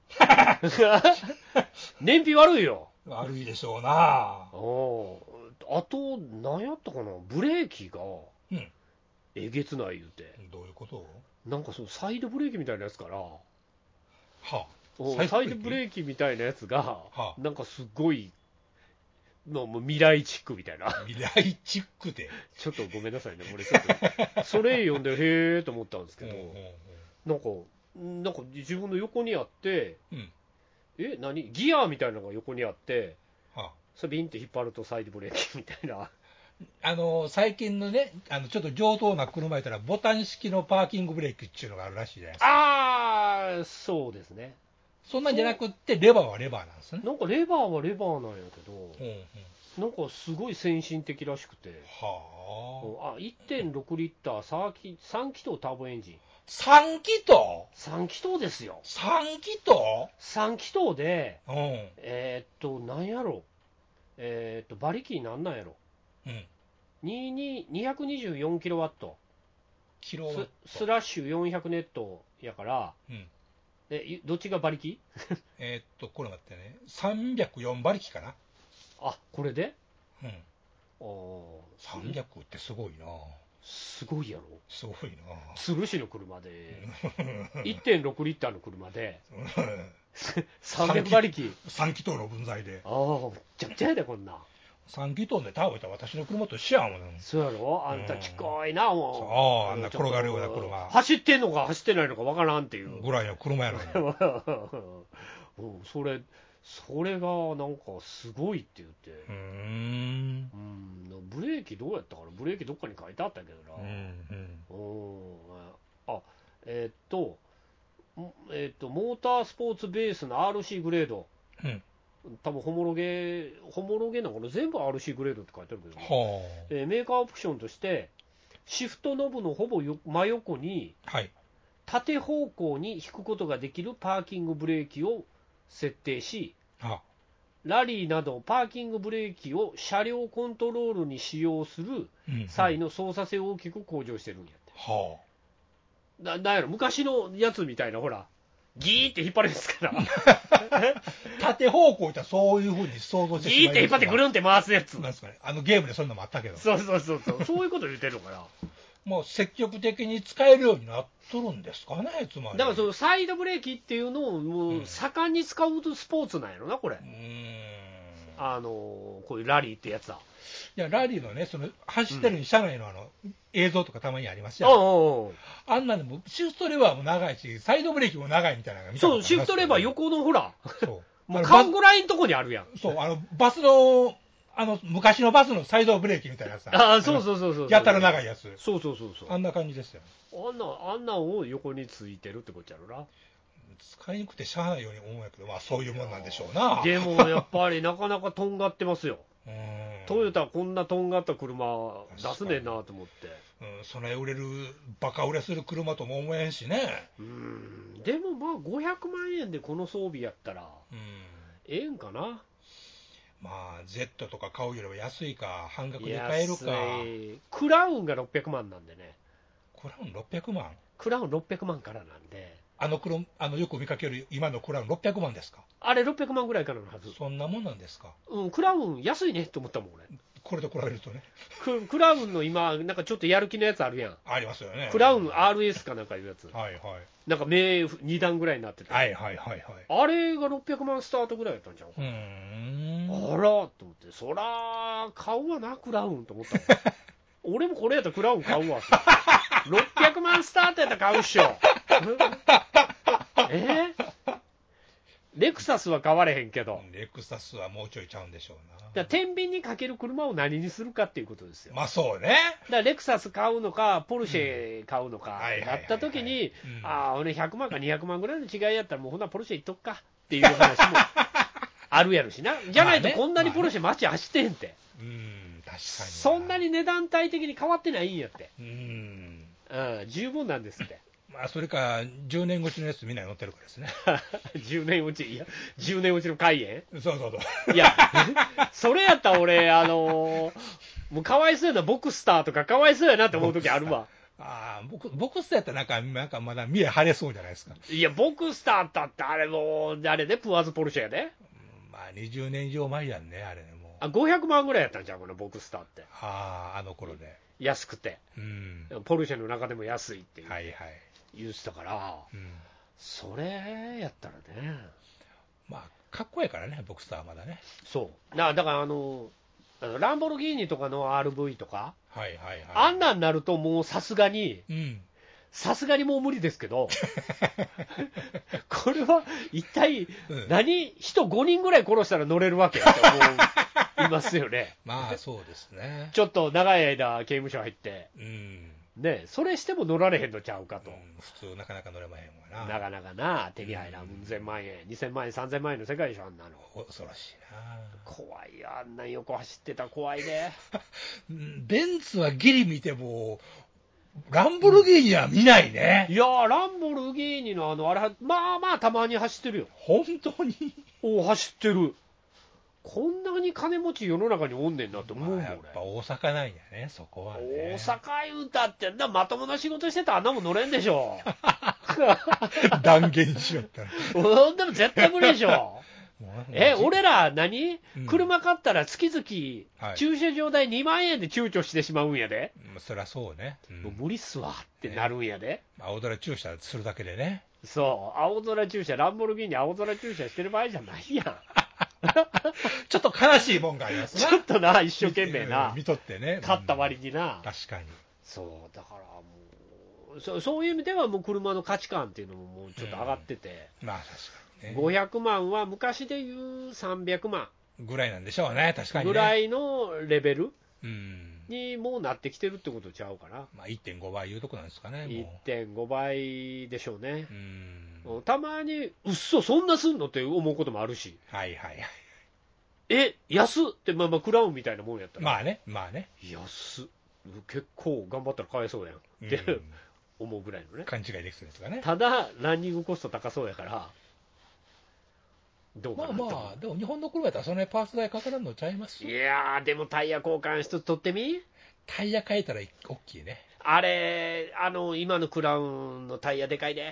Speaker 3: 燃費悪いよ。
Speaker 4: 悪いでしょうな。
Speaker 3: おあと、何やったかな、ブレーキが、うん、えげつない言うて。
Speaker 4: どういうこと？
Speaker 3: なんかそのサイドブレーキみたいなやつから、は
Speaker 4: あ、
Speaker 3: サイドブレーキみたいなやつが、はあ、なんかすごい、のもう未来チックみたいな。
Speaker 4: 未来チックで。
Speaker 3: ちょっとごめんなさいね、俺ちょっと、それ読んで、へーと思ったんですけど、なんか、なんか自分の横にあって、うん、え、何ギアみたいなのが横にあって、はあ、それビンって引っ張るとサイドブレーキみたいな。
Speaker 4: あの最近のね、あのちょっと上等な車やったら、ボタン式のパーキングブレーキっていうのがあるらしいじゃないですか。
Speaker 3: ああ、そうですね。
Speaker 4: そんなんじゃなくって、レバーはレバーなんですね。
Speaker 3: なんかレバーはレバーなんやけど、うんうん、なんかすごい先進的らしくて、はあ、あ いってんろく リッターさん気筒ターボエンジン。
Speaker 4: さん気筒 ?
Speaker 3: さん 気筒ですよ。
Speaker 4: さん気筒 ?
Speaker 3: さん 気筒で、
Speaker 4: うん、
Speaker 3: えー、っと、なんやろ、えー、っと、馬力なんなんやろ。うん、にひゃくにじゅうよんキロワット。
Speaker 4: キロワット
Speaker 3: ス, スラッシュよんひゃくネットやから、うん、えどっちが馬力
Speaker 4: えっと、これ待ってね、さんびゃくよん馬力かな。
Speaker 3: あ、これで、
Speaker 4: うん、あさんびゃくってすごいな。
Speaker 3: すごいやろ。
Speaker 4: すごいな。
Speaker 3: 鶴市の車で、いってんろく リッターの車で、さんびゃく馬力。
Speaker 4: さん気筒の分際で。
Speaker 3: ああ、めっちゃくちゃやで、こんな。
Speaker 4: さん気筒でターボいったら私の車と一緒やもん。
Speaker 3: そうやろ、あんたちっこいな、も
Speaker 4: う。ああ、あんな転がるような車。
Speaker 3: 走ってんのか走ってないのかわからんっていう。
Speaker 4: ぐらいの車やの
Speaker 3: に。うん、それ、それがなんかすごいって言って。うーん。うん、ブレーキどうやったかな、ブレーキどっかに書いてあったけどな。うん、うん。あ、えー、っと、えー、っと、モータースポーツベースの アールシー グレード。うん。多分ホモロゲ、ホモロゲなのかな、全部 アールシー グレードって書いてあるけど、ね、はあ、えー、メーカーオプションとして、シフトノブのほぼよ真横に、はい、縦方向に引くことができるパーキングブレーキを設定し、はあ、ラリーなどパーキングブレーキを車両コントロールに使用する際の操作性を大きく向上してるんやって。はあ、な, なんやろ、昔のやつみたいな、ほら、 ギーって引っ張るんですから。
Speaker 4: 縦方向いったらそういうふうに想像してしまいます。
Speaker 3: ギーって引っ張ってぐるんって回すやつ。
Speaker 4: なんですかね。あのゲームでそういうのもあったけど。
Speaker 3: そうそうそうそう。そういうこと言ってるのかな。
Speaker 4: もう積極的に使えるようになっとるんですかね、つまり。
Speaker 3: だからそのサイドブレーキっていうのをもう盛んに使うスポーツなんやろな、これ。
Speaker 4: うーん。
Speaker 3: あのこういうラリーってやつだ。
Speaker 4: いや、ラリーのね、その走ってる車内のあの、うん、映像とかたまにあります
Speaker 3: よ。
Speaker 4: よ。あんなのもシフトレバーも長いし、サイドブレーキも長いみたいなのが見たことありますよね。
Speaker 3: そう、シフトレバー横のほら、
Speaker 4: そう。
Speaker 3: もうカウぐらいのとこにあるやん。
Speaker 4: そう、あの、バスの、あの、昔のバスのサイドブレーキみたいなやつ。
Speaker 3: ああ、そうそうそうそう。
Speaker 4: やたら長いやつ。
Speaker 3: そうそうそうそう。
Speaker 4: あんな感じですよ。
Speaker 3: あんな、あんなんを横についてるってことやろな。
Speaker 4: 使いにくくてしゃあないように思うんやけど、まあそういうもんなんでしょうな。
Speaker 3: でもやっぱりなかなかとんがってますよ。
Speaker 4: うん、
Speaker 3: トヨタはこんなとんがった車出すねんなと思って。
Speaker 4: うん、それ売れる、バカ売れする車とも思えんしね。
Speaker 3: うん、でもまあごひゃくまんえんでこの装備やったら、うん、ええんかな。
Speaker 4: まあ Z とか買うよりは安いか、半額で買えるか。
Speaker 3: クラウンがろっぴゃくまんなんでね。
Speaker 4: クラウンろっぴゃくまん？
Speaker 3: クラウンろっぴゃくまんからなんで。
Speaker 4: あの黒、あのよく見かける今のクラウンろっぴゃくまんですか？
Speaker 3: あれろっぴゃくまんぐらいからのはず。
Speaker 4: そんなもんなんですか？
Speaker 3: うん、クラウン安いねって思ったもん俺。
Speaker 4: これと比べるとね。
Speaker 3: ク, クラウンの今なんかちょっとやる気のやつあるやん。
Speaker 4: ありますよね。
Speaker 3: クラウン アールエス かなんかいうやつ。
Speaker 4: はいはい。
Speaker 3: なんか目に段ぐらいになってて。
Speaker 4: はいはいはいはい。
Speaker 3: あれがろっぴゃくまんスタートぐらいやったんじゃん。
Speaker 4: うーん。
Speaker 3: あらと思って、そら買うわなクラウンと思ったもん。俺もこれやったらクラウン買うわ。ろっぴゃくまんスタートやったら買うっしょ。えー、レクサスは買われへんけど。
Speaker 4: レクサスはもうちょいちゃうんでしょうな。
Speaker 3: だから天秤にかける車を何にするかっていうことですよ。
Speaker 4: まあそうね。
Speaker 3: だからレクサス買うのか、ポルシェ買うのか、やったときに、ああ、俺ひゃくまんかにひゃくまんぐらいの違いやったら、もうほんならポルシェいっとくかっていう話もあるやろしな。じゃないとこんなにポルシェ街走ってへんって。
Speaker 4: うん、確かに。
Speaker 3: そんなに値段帯的に変わってないんやって。
Speaker 4: うん。
Speaker 3: うん、十分なんですって。
Speaker 4: まあ、それか、じゅうねん越しのやつみんな乗ってるからですね。
Speaker 3: じゅうねん落ち、いや、じゅうねん落ちの海縁
Speaker 4: そうそうそう。
Speaker 3: いや、それやったら俺、あのー、もうかわいそうやな、ボクスターとかかわいそうやなって思うときあるわ。
Speaker 4: ああ、ボク、ボクスターやったらなんか、なんかまだ見え晴れそうじゃないですか。
Speaker 3: いや、ボクスターだってあれもう、あれで、プアーズポルシェやで。うん、
Speaker 4: まあ、にじゅうねん以上前やんね、あれね、もう。
Speaker 3: あ、ごひゃくまんぐらいやったんじゃん、このボクスターって。
Speaker 4: ああ、あの頃で。
Speaker 3: 安くて。うん。ポルシェの中でも安いっていう。はいはい。言ってたから、うん、それやったらね。
Speaker 4: まあ、かっこいいからね、ボクスターはまだね。
Speaker 3: そう。だから、あの、ランボルギーニとかの アールブイ とか、
Speaker 4: はいはいはい、
Speaker 3: あんなんなるともうさすがに、さすがにもう無理ですけど、これは一体何、うん、人ごにんぐらい殺したら乗れるわけって思いますよね。
Speaker 4: まあそうですね。
Speaker 3: ちょっと長い間刑務所入って、うん、ね、それしても乗られへんのちゃうかと。うん、
Speaker 4: 普通なかなか乗れまへんわな。
Speaker 3: なかなかな、手に入らん、うん、せんまんえん、にせんまんえん、さんぜんまんえんの世界でしょ、あんなの。
Speaker 4: 恐ろしいな。
Speaker 3: 怖いよ、あんな横走ってたら怖いね。
Speaker 4: ベンツはギリ見ても、ランボルギーニは見ないね。
Speaker 3: いやー、ランボルギーニのあの、あれ、まあまあたまに走ってるよ。
Speaker 4: 本当に
Speaker 3: お走ってる。こんなに金持ち世の中におんねんなって思うもん、
Speaker 4: まあ、やっぱ大阪なんやね、そこはね。
Speaker 3: 大阪言うたってんだ、まともな仕事してたらあんなもん乗れんでしょ。
Speaker 4: 断言しよった
Speaker 3: ら。でも絶対無理でしょ。え、俺ら何、うん、車買ったら月々、はい、駐車場代にまんえんで躊躇してしまうんやで。
Speaker 4: うん、そりゃそうね。
Speaker 3: うん、もう無理っすわってなるんやで。ね、
Speaker 4: 青空駐車するだけでね。
Speaker 3: そう、青空駐車、ランボルギーニ青空駐車してる場合じゃないやん。
Speaker 4: ちょっと悲しいもんがありますな。
Speaker 3: ちょっとな、一生懸命な。
Speaker 4: 見とってね。
Speaker 3: 買った割にな。
Speaker 4: 確かに。
Speaker 3: そう、だからもうそ、そういう意味ではもう車の価値観っていうのももうちょっと上がってて。
Speaker 4: うん、まあ確かにね。
Speaker 3: ごひゃくまんは昔で言うさんびゃくま
Speaker 4: ん。ぐらいなんでしょうね、確かに、ね。
Speaker 3: ぐらいのレベル。うん。にもうなってきてるってことちゃうかな。
Speaker 4: まあ、いってんごばいいうとこなんですかね。
Speaker 3: いってんごばいでしょうね。うん。たまに、うっそ、そんなすんのって思うこともあるし。
Speaker 4: はいはいはい。
Speaker 3: え、安って、まあまあ、クラウンみたいなもんやったら。
Speaker 4: まあね、まあね。
Speaker 3: 安結構頑張ったら買えそうやんって、うん、思うぐらいのね。
Speaker 4: 勘違いできるんですかね。
Speaker 3: ただ、ランニングコスト高そうやから、どうかなと。
Speaker 4: まあまあ、でも日本の車やったらそのパーツ代かからんのちゃいます？
Speaker 3: いやー、でもタイヤ交換一つ取ってみ？
Speaker 4: タイヤ変えたら大きいね。
Speaker 3: あれ、あの、今のクラウンのタイヤでかいで。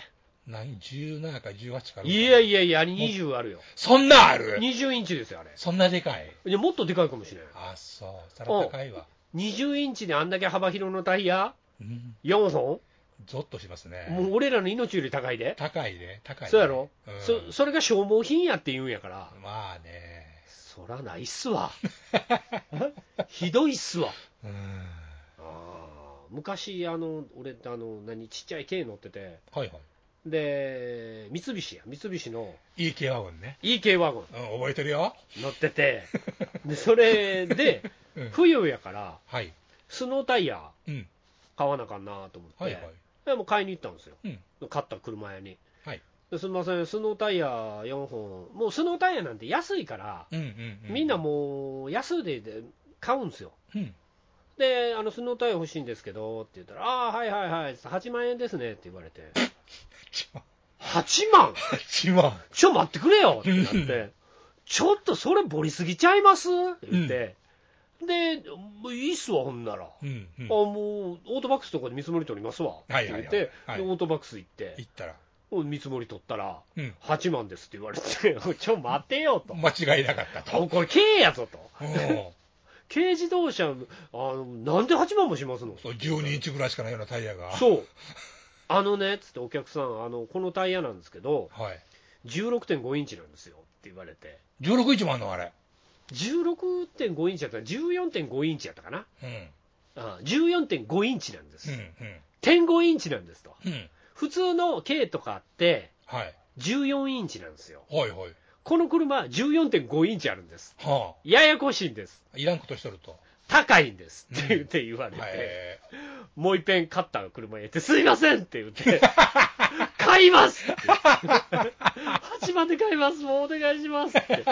Speaker 4: 何じゅうななかじゅうはちかある。
Speaker 3: いやいやいや、にじゅうあるよ。
Speaker 4: そんなある？
Speaker 3: にじゅうインチですよ、あれ。
Speaker 4: そんなでかい？
Speaker 3: いや、もっとでかいかもしれない。
Speaker 4: あ、そう。そら高いわ。
Speaker 3: にじゅうインチであんだけ幅広のタイヤ、うん、よんほ
Speaker 4: んゾッとしますね。
Speaker 3: もう俺らの命より高いで。
Speaker 4: 高いで、高いで。
Speaker 3: そうやろ、
Speaker 4: うん、
Speaker 3: そ、それが消耗品やって言うんやから。
Speaker 4: まあね。
Speaker 3: そらないっすわ。ひどいっすわ。
Speaker 4: うん、
Speaker 3: あ昔、あの、俺、あの、何、ちっちゃい軽乗ってて、
Speaker 4: はいはい。
Speaker 3: で、三菱や、三菱の
Speaker 4: イーケー ワゴンね。
Speaker 3: イーケー ワゴン。
Speaker 4: うん、覚えてるよ。
Speaker 3: 乗ってて、で、それで、うん、冬やから、
Speaker 4: はい、
Speaker 3: スノータイヤ、
Speaker 4: うん、
Speaker 3: 買わなあかんなと思って、
Speaker 4: はいはい、
Speaker 3: でもう買いに行ったんですよ。
Speaker 4: うん、
Speaker 3: 買った車屋に。
Speaker 4: はい。
Speaker 3: すみません、スノータイヤよんほん、もうスノータイヤなんて安いから、
Speaker 4: うんうんうん、
Speaker 3: みんなもう安いで買うんですよ。
Speaker 4: うん、
Speaker 3: で、あのスノータイヤ欲しいんですけどって言ったら、ああ、はいはいはい、はちまんえんですねって言われて、はちまん
Speaker 4: ?はちまん
Speaker 3: ちょ、待ってくれよってなって、ちょっとそれボリすぎちゃいますって言って、うん、で、いいっすわ、ほんなら、
Speaker 4: うんうん、
Speaker 3: あもうオートバックスとかで見積もり取りますわって言って、はいはいはいはい、でオートバックス行って。
Speaker 4: 行ったら
Speaker 3: 見積もり取ったら、
Speaker 4: うん、
Speaker 3: はちまんですって言われて、ちょ、待てよと。
Speaker 4: 間違いなかったと。
Speaker 3: これ、軽やぞと。軽自動車、あの、なんではちまんもしますの？
Speaker 4: そうじゅうにインチぐらいしかないようなタイヤが。
Speaker 3: そう。あのね、つってお客さん、あの、このタイヤなんですけど、
Speaker 4: はい、
Speaker 3: じゅうろくてんごインチなんですよって言われて。
Speaker 4: じゅうろくインチもあんのあれ。
Speaker 3: じゅうろくてんごインチやったらじゅうよんてんごインチやったかな。
Speaker 4: うん。
Speaker 3: ああじゅうよんてんごインチなんです。
Speaker 4: うんうん。
Speaker 3: てんごインチなんですと。
Speaker 4: うん。
Speaker 3: 普通の軽とかって、
Speaker 4: はい、
Speaker 3: じゅうよんインチなんですよ。
Speaker 4: はいはい。
Speaker 3: この車、じゅうよんてんごインチあるんです。
Speaker 4: はあ、
Speaker 3: ややこしいんです。
Speaker 4: いらんことしとると。
Speaker 3: 高いんですって言って言われて、うん、もう一遍買った車へ行って、すいませんって言って、買いますってはちまんで買います、もうお願いしますって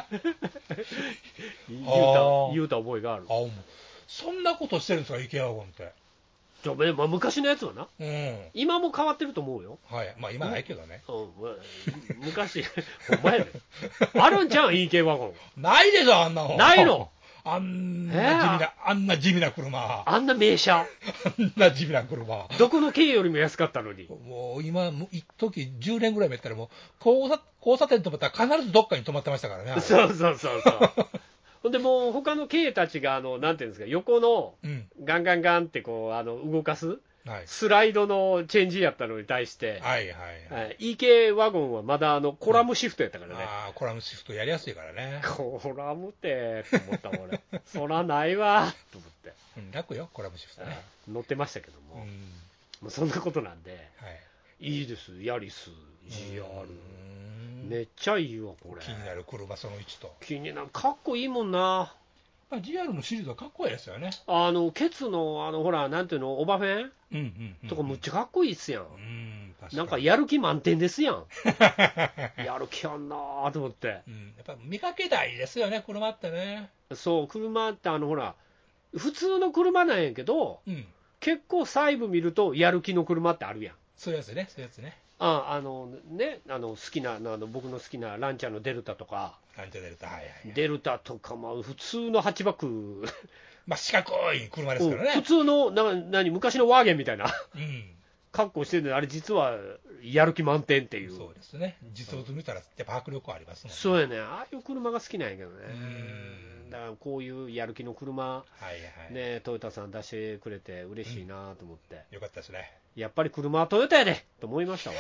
Speaker 3: 言うた、言うた覚えがある。
Speaker 4: あ、そんなことしてるんですか、イケアワゴンって。
Speaker 3: じゃあ、まあ、昔のやつはな、
Speaker 4: うん、
Speaker 3: 今も変わってると思うよ。
Speaker 4: はい、まあ今ないけどね。
Speaker 3: うん、昔、ほんまやで。あるんちゃうん、イーケー ワゴン。
Speaker 4: ないでしょ、あんなもん。
Speaker 3: ないの
Speaker 4: あんな地味な、あんな地味な車。
Speaker 3: あんな名車。
Speaker 4: あんな地味な車。
Speaker 3: どこの軽よりも安かったのに。
Speaker 4: もう今、一時じゅうねんぐらい前やったらもう交差、交差点と思ったら必ずどっかに止まってましたからね。
Speaker 3: そうそうそうそう。ほんでもう他の軽たちが、あの、なんていうんですか、横のガンガンガンってこう、あの、動かす。はい、スライドのチェンジやったのに対して、
Speaker 4: はいはいはい、
Speaker 3: イーケー ワゴンはまだあのコラムシフトやったからね、
Speaker 4: うん、ああ、コラムシフトやりやすいからね。
Speaker 3: コラムってと思ったもん俺、そらないわと思って、
Speaker 4: うん、楽よ、コラムシフトね。
Speaker 3: 乗ってましたけども、うん、もうそんなことなんで、はい、いいです、ヤリス ジーアール、めっちゃいいわ、これ。
Speaker 4: 気になる車そのいちと。
Speaker 3: 気になる、かっこいいもんな。
Speaker 4: ジーアール のシリーズはかっこいいですよね。
Speaker 3: あのケツのあのほらなんていうのオバフェン、うんうんうん、とかむっちゃかっこいいっすやん。うん、確かになんかやる気満点ですやん。やる気あんなーと思って。
Speaker 4: うん、やっぱ見かけ大ですよね、車ってね。
Speaker 3: そう、車ってあのほら普通の車なんやけど、うん、結構細部見るとやる気の車ってあるやん。
Speaker 4: そういうやつね、そういうやつね。
Speaker 3: ああのね、あの好きなあの僕の好きなランチャーのデルタとか、
Speaker 4: ランチャーデルタ、はいはいはい、
Speaker 3: デルタとか、まあ、普通のハッチバック、
Speaker 4: まあ四角い車ですからね、
Speaker 3: うん、普通のな何昔のワーゲンみたいな、
Speaker 4: うん、
Speaker 3: 格好してるのに、あれ、実はやる気満点っていう、
Speaker 4: そうですね、実物見たら、やっぱ迫力ありますもんね。
Speaker 3: そうやね、ああいう車が好きなんやけどね、だからこういうやる気の車、はいはいね、トヨタさん出してくれて嬉しいなと思って、
Speaker 4: うん、よかったですね。
Speaker 3: やっぱり車はトヨタやでと思いましたわ。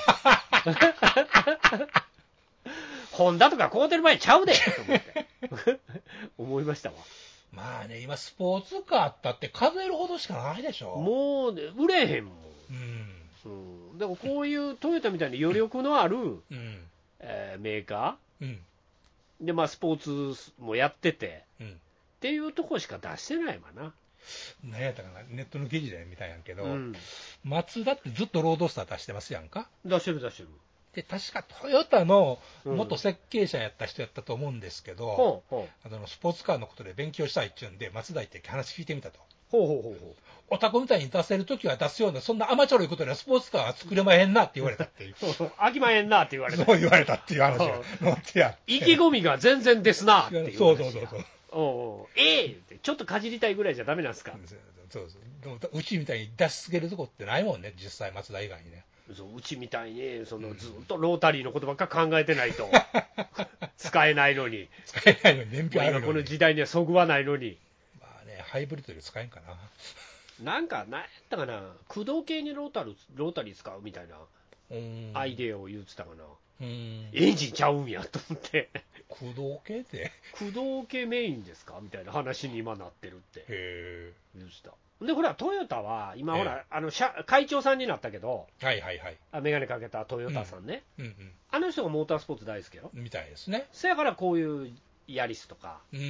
Speaker 3: ホンダとか買うてる場合ちゃうでと思って思いましたわ。
Speaker 4: まあね、今スポーツカーあったって数えるほどしかないでしょ。
Speaker 3: もう、ね、売れへんもん。うん、うん、でもこういうトヨタみたいに余力のある、うんえー、メーカー、うん、でまあスポーツもやってて、うん、っていうとこしか出してないわな。
Speaker 4: 何やったかな、ネットの記事で見たんやけど、うん、マツダってずっとロードスター出してますやんか。
Speaker 3: 出してる出してる。
Speaker 4: で確かトヨタの元設計者やった人やったと思うんですけど、うん、あのスポーツカーのことで勉強したいっていうんで、マツダ行って話聞いてみたと。
Speaker 3: ほうほうほうほう。
Speaker 4: オタクみたいに出せるときは出すような、そんなアマチュアのことではスポーツカーは作れまへんなって言われたっていう。
Speaker 3: 飽きまへんなって言われた。
Speaker 4: そう言われたっていう話が載ってやって。
Speaker 3: 意気込みが全然ですなっていう話。
Speaker 4: そうそうそうそう。
Speaker 3: おうおうええー、ってちょっとかじりたいぐらいじゃダメなんですか。
Speaker 4: そうそうそう。うちみたいに出しつけるとこってないもんね、実際マツダ以外にね。
Speaker 3: そううちみたいにそのずっとロータリーのことばっか考えてないと使えないのに
Speaker 4: 使えないのに燃費あるのに、
Speaker 3: まあ、今この時代にはそぐわないのに、
Speaker 4: まあね、ハイブリッドで使えんかな。
Speaker 3: なんか何やったかな、駆動系にロータルロータリー使うみたいなアイデアを言ってたかな。
Speaker 4: うん、
Speaker 3: エンジンちゃうんやと思って
Speaker 4: 駆動系って
Speaker 3: 駆動系メインですかみたいな話に今なってるって
Speaker 4: へ
Speaker 3: 言ってた。でほらトヨタは今ほら、
Speaker 4: え
Speaker 3: あの社会長さんになったけど、
Speaker 4: はいはいはい、
Speaker 3: あメガネかけたトヨタさんね、
Speaker 4: うんうん
Speaker 3: あの人がモータースポーツ大好きよ
Speaker 4: みたいですね。
Speaker 3: そやからこういうヤリスとか、
Speaker 4: うんうん、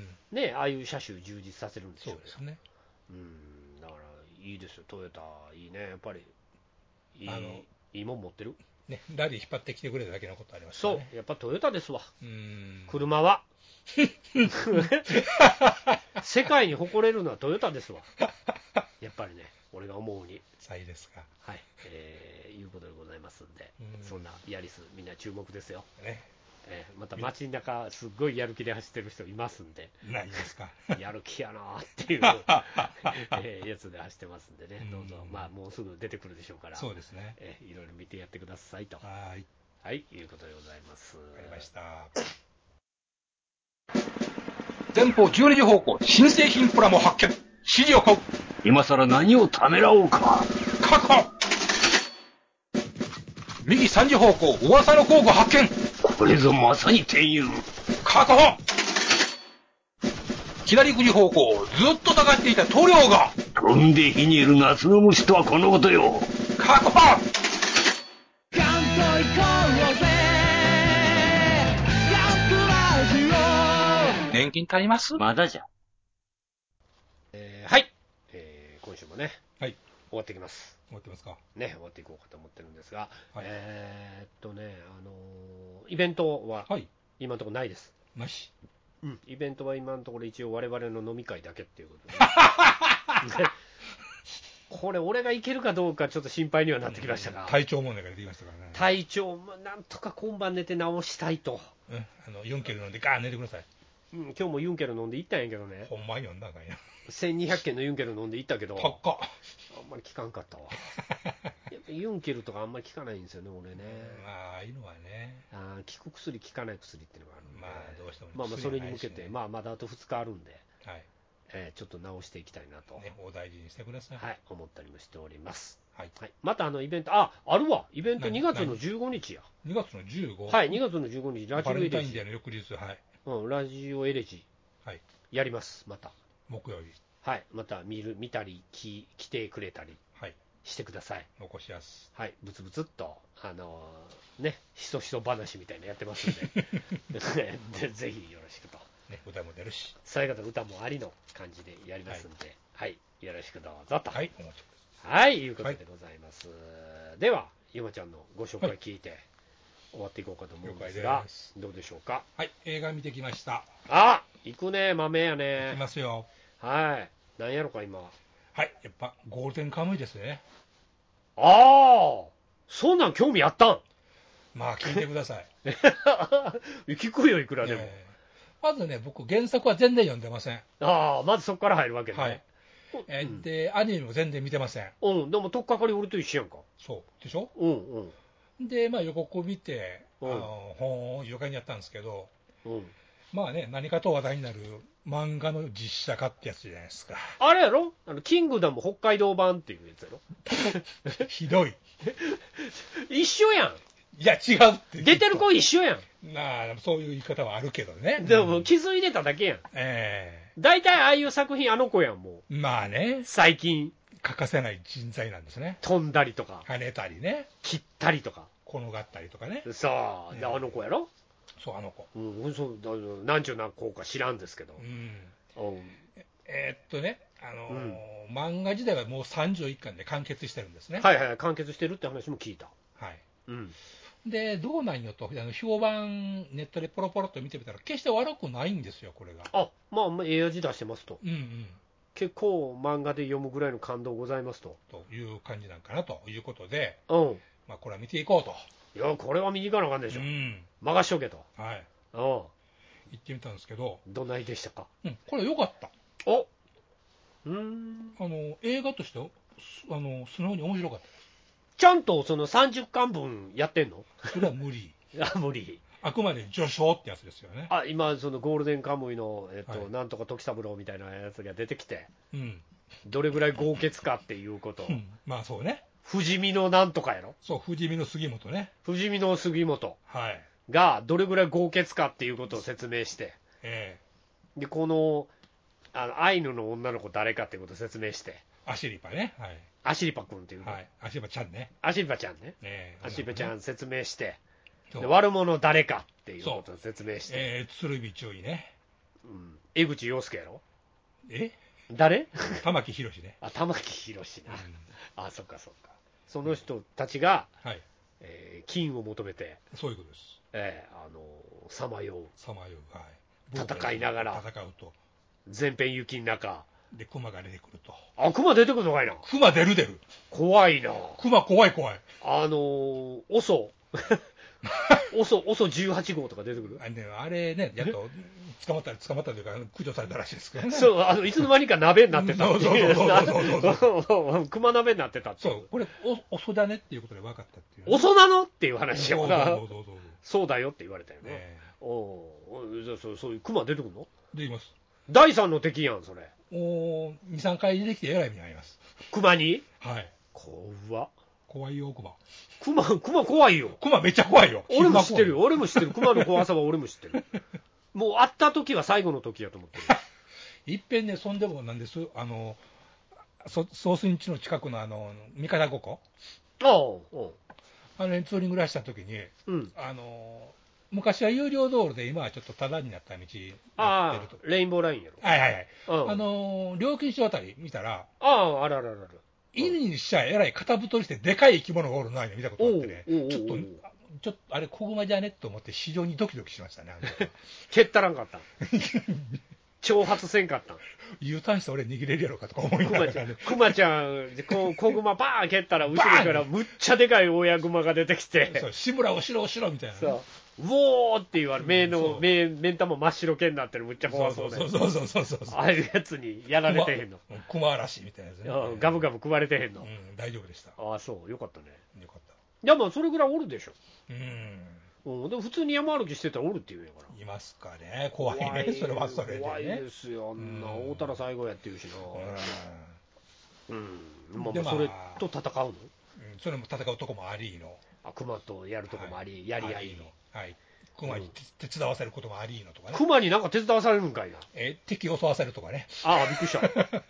Speaker 3: ね、ああいう車種充実させるんでしょ
Speaker 4: そうですね。
Speaker 3: うん、だからいいですよ、トヨタいいね、やっぱりいい、
Speaker 4: あの
Speaker 3: いいもん持ってる
Speaker 4: ね、ラリー引っ張ってきてくれただけのことあります
Speaker 3: そう
Speaker 4: よね。
Speaker 3: やっぱトヨタですわ、
Speaker 4: うん
Speaker 3: 車は世界に誇れるのはトヨタですわやっぱりね、俺が思うに
Speaker 4: さいですか。
Speaker 3: はい、えー、いうことでございますんで、
Speaker 4: うん
Speaker 3: そんなヤリスみんな注目ですよ、
Speaker 4: ね、
Speaker 3: えーまた街中すっごいやる気で走ってる人いますんで、
Speaker 4: 何ですか。
Speaker 3: やる気やなーっていう、えーやつで走ってますんでね、どうぞ、
Speaker 4: うん
Speaker 3: まあもうすぐ出てくるでしょうから、
Speaker 4: そうですね。
Speaker 3: えーいろいろ見てやってくださいと、
Speaker 4: はい、
Speaker 3: はい、いうことでございます。
Speaker 4: わかりました。前方じゅうにじ方向、新製品プラモ発見。指示を買う。
Speaker 1: 今さら何をためらおうか。
Speaker 4: 確保。右さんじ方向、噂の工具発見。
Speaker 1: これぞまさに転入。
Speaker 4: 確保。左くじ方向、ずっと高っていた塗料が。
Speaker 1: 飛んで火にいる夏の虫とはこのことよ。
Speaker 4: 確保。年金足ります？
Speaker 1: まだじゃ。
Speaker 3: えーはい、えー今週もね、
Speaker 4: はい、
Speaker 3: 終わってきます。
Speaker 4: 終わってますか。
Speaker 3: ね、終わっていこうかと思ってるんですが、
Speaker 4: はい、
Speaker 3: えーっとね、あのーイベントは
Speaker 4: はい、
Speaker 3: 今のところないです。
Speaker 4: なし。
Speaker 3: うん、イベントは今のところ一応我々の飲み会だけっていうことで、これ俺が行けるかどうかちょっと心配にはなってきましたが、
Speaker 4: 体調問題が出てきましたからね。
Speaker 3: 体調もなんとか今晩寝て直したいと、
Speaker 4: うん、あのユンケル飲んでガーン寝てください。
Speaker 3: うん、今日もユンケル飲んで行ったんやけどね、
Speaker 4: ほんまに飲んだんかいな。
Speaker 3: せんにひゃくけんのユンケル飲んで行ったけど、
Speaker 4: 高っ。
Speaker 3: あんまり効かんかったわやっぱユンケルとかあんまり効かないんですよね、俺ね。
Speaker 4: まあ、ああいうのはね、
Speaker 3: あー効く薬、効かない薬っていうのがあるんで、
Speaker 4: まあ、どうしても、ね、
Speaker 3: まあまあそれに向けて、
Speaker 4: 薬がないしね、
Speaker 3: まあ、まだあとふつかあるんで、
Speaker 4: はい
Speaker 3: えーちょっと直していきたいなと、
Speaker 4: ね、お大事にしてください。
Speaker 3: はい、思ったりもしております。
Speaker 4: はい、
Speaker 3: はい、またあのイベント、ああるわ、イベント
Speaker 4: 何
Speaker 3: にがつのじゅうごにちや、
Speaker 4: にがつのじゅうご、
Speaker 3: はい、にがつのじゅうごにち、ラジオ
Speaker 4: バレンタ
Speaker 3: エレジ、
Speaker 4: インデーの翌日、はい、
Speaker 3: うん、ラジオエレジ、
Speaker 4: はい、
Speaker 3: やります、また、
Speaker 4: 木曜日、
Speaker 3: はい、また見る見たり、き来てくれたり
Speaker 4: はい、
Speaker 3: してください。
Speaker 4: 残しやす。
Speaker 3: はい、ブツブツっと、あのーね、ひそひそ話みたいなのやってますんで、でぜひよろしくと。
Speaker 4: ね、歌も出るし。
Speaker 3: そういう方、歌もありの感じでやりますんで、はい、はい、よろしくどうぞと。
Speaker 4: はい、お待ちくだ
Speaker 3: はい、いうことでございます。はい、では、ゆまちゃんのご紹介聞いて、終わっていこうかと思うんですが、
Speaker 4: 了解です。
Speaker 3: どうでしょうか。
Speaker 4: はい、映画見てきました。
Speaker 3: あ、行くね、豆や
Speaker 4: 行き
Speaker 3: ね。
Speaker 4: ますよ。
Speaker 3: はい、なんやろか、今。
Speaker 4: はい、やっぱゴールデンカムイですね。
Speaker 3: ああ、そんなん興味あったん
Speaker 4: まあ、聞いてください。
Speaker 3: 聞くよ、いくらでも。
Speaker 4: えーまずね、僕、原作は全然読んでません。
Speaker 3: ああ、まずそこから入るわけね。
Speaker 4: はい。えーで、アニメも全然見てません。
Speaker 3: うん、でも、とっかかり俺と一緒やんか。
Speaker 4: そう。でしょ？
Speaker 3: うんうん。
Speaker 4: で、まあ、予告を見て、あ
Speaker 3: うん
Speaker 4: の、ほーん、予感にやったんですけど、
Speaker 3: うん。
Speaker 4: まあね、何かと話題になる漫画の実写化ってやつじゃないですか。
Speaker 3: あれやろあの、キングダム北海道版っていうやつやろ
Speaker 4: ひどい。
Speaker 3: 一緒やん。
Speaker 4: いや、違うって。
Speaker 3: 出てる子一緒やん。
Speaker 4: なあ、そういう言い方はあるけどね。
Speaker 3: でも、気づいてただけやん。
Speaker 4: え
Speaker 3: 大体ああいう作品あの子やん、もう。
Speaker 4: えまあね、
Speaker 3: 最近、
Speaker 4: 欠かせない人材なんですね。
Speaker 3: 飛んだりとか、
Speaker 4: 跳ねたりね、
Speaker 3: 切ったりとか。
Speaker 4: 転がったりとかね。
Speaker 3: さあ、で
Speaker 4: うん
Speaker 3: あの子やろ
Speaker 4: そう、あの子。
Speaker 3: うん、そう、だなんちゅうな子か知らんですけど
Speaker 4: う。ん。
Speaker 3: うん。
Speaker 4: えーっとね、あのー
Speaker 3: うん
Speaker 4: 漫画自体はもうさんじゅういっかんで完結してるんですね。
Speaker 3: はいはい、完結してるって話も聞いた。
Speaker 4: はい。
Speaker 3: うん。
Speaker 4: で、どうなんよと、あの評判、ネットでポロポロっと見てみたら、決して悪くないんですよ、これが。
Speaker 3: あ、まあ、まあ、ええ味出してますと。
Speaker 4: うんうん。
Speaker 3: 結構漫画で読むぐらいの感動ございますと。
Speaker 4: という感じなんかなということで、
Speaker 3: うん。
Speaker 4: まあ、これは見ていこうと。
Speaker 3: いや、これは見に行かなあかんでしょ。
Speaker 4: うん。
Speaker 3: 任しとけと。
Speaker 4: はい。
Speaker 3: うん。
Speaker 4: 行ってみたんですけど、
Speaker 3: どないでしたか。
Speaker 4: うん、これ良かった。
Speaker 3: おうーん。
Speaker 4: あの、映画として、すあの、素直に面白かったです。
Speaker 3: ちゃんとそのさんじゅっかんぶんやってんの？
Speaker 4: それは無理。
Speaker 3: あ、無理。
Speaker 4: あくまで序章ってやつですよね。
Speaker 3: あ、今、そのゴールデンカムイの、えっと、
Speaker 4: はい
Speaker 3: なんとか時三郎みたいなやつが出てきて、
Speaker 4: うん。
Speaker 3: どれぐらい豪傑かっていうことを、
Speaker 4: うん、まあそうね。
Speaker 3: 不死身のなんとかやろ？
Speaker 4: そう、不死身の杉本ね。
Speaker 3: 不死身の杉本
Speaker 4: はい。
Speaker 3: がどれぐらい豪傑かっていうことを説明して、
Speaker 4: え
Speaker 3: で、この、あの、アイヌの女の子誰かっていうことを説明して、
Speaker 4: えアシリパね。はい。
Speaker 3: アシリパ君っていうの、
Speaker 4: はい。アシリパちゃんね。
Speaker 3: アシリパちゃんね。
Speaker 4: ええ
Speaker 3: アシリパちゃん説明して、
Speaker 4: そう
Speaker 3: で悪者誰かっていうことを説明して、
Speaker 4: えー、鶴見注意ね。
Speaker 3: うん、江口洋介やろ？
Speaker 4: え
Speaker 3: 誰？
Speaker 4: 玉木宏ね。
Speaker 3: あ、玉木宏な。
Speaker 4: うん、
Speaker 3: あ、そっかそっか。その人たちが、
Speaker 4: はい。
Speaker 3: えー金を求めて、
Speaker 4: そういうことです。
Speaker 3: えーあのさまよう。
Speaker 4: さまよう。はい。
Speaker 3: 戦いながら
Speaker 4: 戦うと。
Speaker 3: 全編雪の中。
Speaker 4: で、熊が出てくると。
Speaker 3: あ、熊出てくるのかいな。
Speaker 4: 熊出る出る。
Speaker 3: 怖いな。
Speaker 4: 熊怖い怖い。
Speaker 3: あのー、オソ。オソ、オソじゅうはち号とか出てくる？
Speaker 4: あれね、あれね、やっと捕まった、捕まったというか、駆除されたらしいですけどね。
Speaker 3: そう、あの、いつの間にか鍋になってたっていう。
Speaker 4: そうそうそうそう
Speaker 3: そう熊鍋になってたっていう。
Speaker 4: そう、これ、お、おそだねっていうことで分かったっていう、
Speaker 3: オソなのっていう話
Speaker 4: そう
Speaker 3: や
Speaker 4: そうそうそう。
Speaker 3: そうだよって言われたよね。
Speaker 4: え
Speaker 3: おお、じゃあそう、そういう熊出てくるの？
Speaker 4: で、います。
Speaker 3: 第三の敵やん、それ。
Speaker 4: おー、に、さんかい出てきてえらい目に遭います。
Speaker 3: 熊に？
Speaker 4: はい。
Speaker 3: 怖っ。
Speaker 4: 怖いよ、熊。
Speaker 3: 熊、熊怖いよ。
Speaker 4: 熊めっちゃ怖いよ。
Speaker 3: 俺も知ってるよ。俺も知ってる。熊の怖さは俺も知ってる。もう会った時は最後の時やと思ってる。
Speaker 4: いっぺんね、そんでもなんです。あの、そ総水地の近くのあの、三方五湖。
Speaker 3: ああ、
Speaker 4: あれにツーリングらした時に、
Speaker 3: うん。
Speaker 4: あの、昔は有料道路で今はちょっとタダになった道になってる
Speaker 3: あ
Speaker 4: と。
Speaker 3: あ、レインボーラインやろ。
Speaker 4: はいはいはい。
Speaker 3: うん、
Speaker 4: あの、料金所あたり見たら、
Speaker 3: ああ、あららららら。
Speaker 4: 犬にしちゃえらい肩太りしてでかい生き物がおるのに見たことあってね、
Speaker 3: おうおうおう
Speaker 4: ちょっと、ちょっとあれ、子熊じゃねと思って非常にドキドキしましたね、あの時は
Speaker 3: 蹴ったらんかった。挑発せんかった。
Speaker 4: U ターンして俺逃げれるやろかとか思いながらね。
Speaker 3: クマちゃん、こう、子熊バーン蹴ったら、後ろからむっちゃでかい親熊が出てきて。
Speaker 4: そう、志村後ろ後ろみたいな、ね。
Speaker 3: そう。うおーって言われ、目の、目、目ん玉真っ白けになってる、むっちゃ怖そうだよ。
Speaker 4: そうそうそうそうそう。
Speaker 3: ああいうやつにやられてへんの。
Speaker 4: 熊嵐みたいなやつね。
Speaker 3: ガブガブ食われてへんの。
Speaker 4: うん、大丈夫でした。
Speaker 3: ああ、そう、よかったね。
Speaker 4: よかった。
Speaker 3: いや、まあ、それぐらいおるでしょ。
Speaker 4: うん。
Speaker 3: うん、でも普通に山歩きしてたらおるって言うんやから。
Speaker 4: いますかね。怖いね。それはそれで、ね。
Speaker 3: 怖いですよ。あんな、大たら最後やっていうしな。うん。うん。まあ、まあ、それと戦うの？うん。
Speaker 4: それも戦うとこもありの。
Speaker 3: あ、熊とやるとこもあり、はい、やり合いの。
Speaker 4: はい。熊に手伝わせることもありのとかね。
Speaker 3: 熊になんか手伝わされるんかいな。
Speaker 4: え、敵を襲わせるとかね。
Speaker 3: ああ、びっくりした。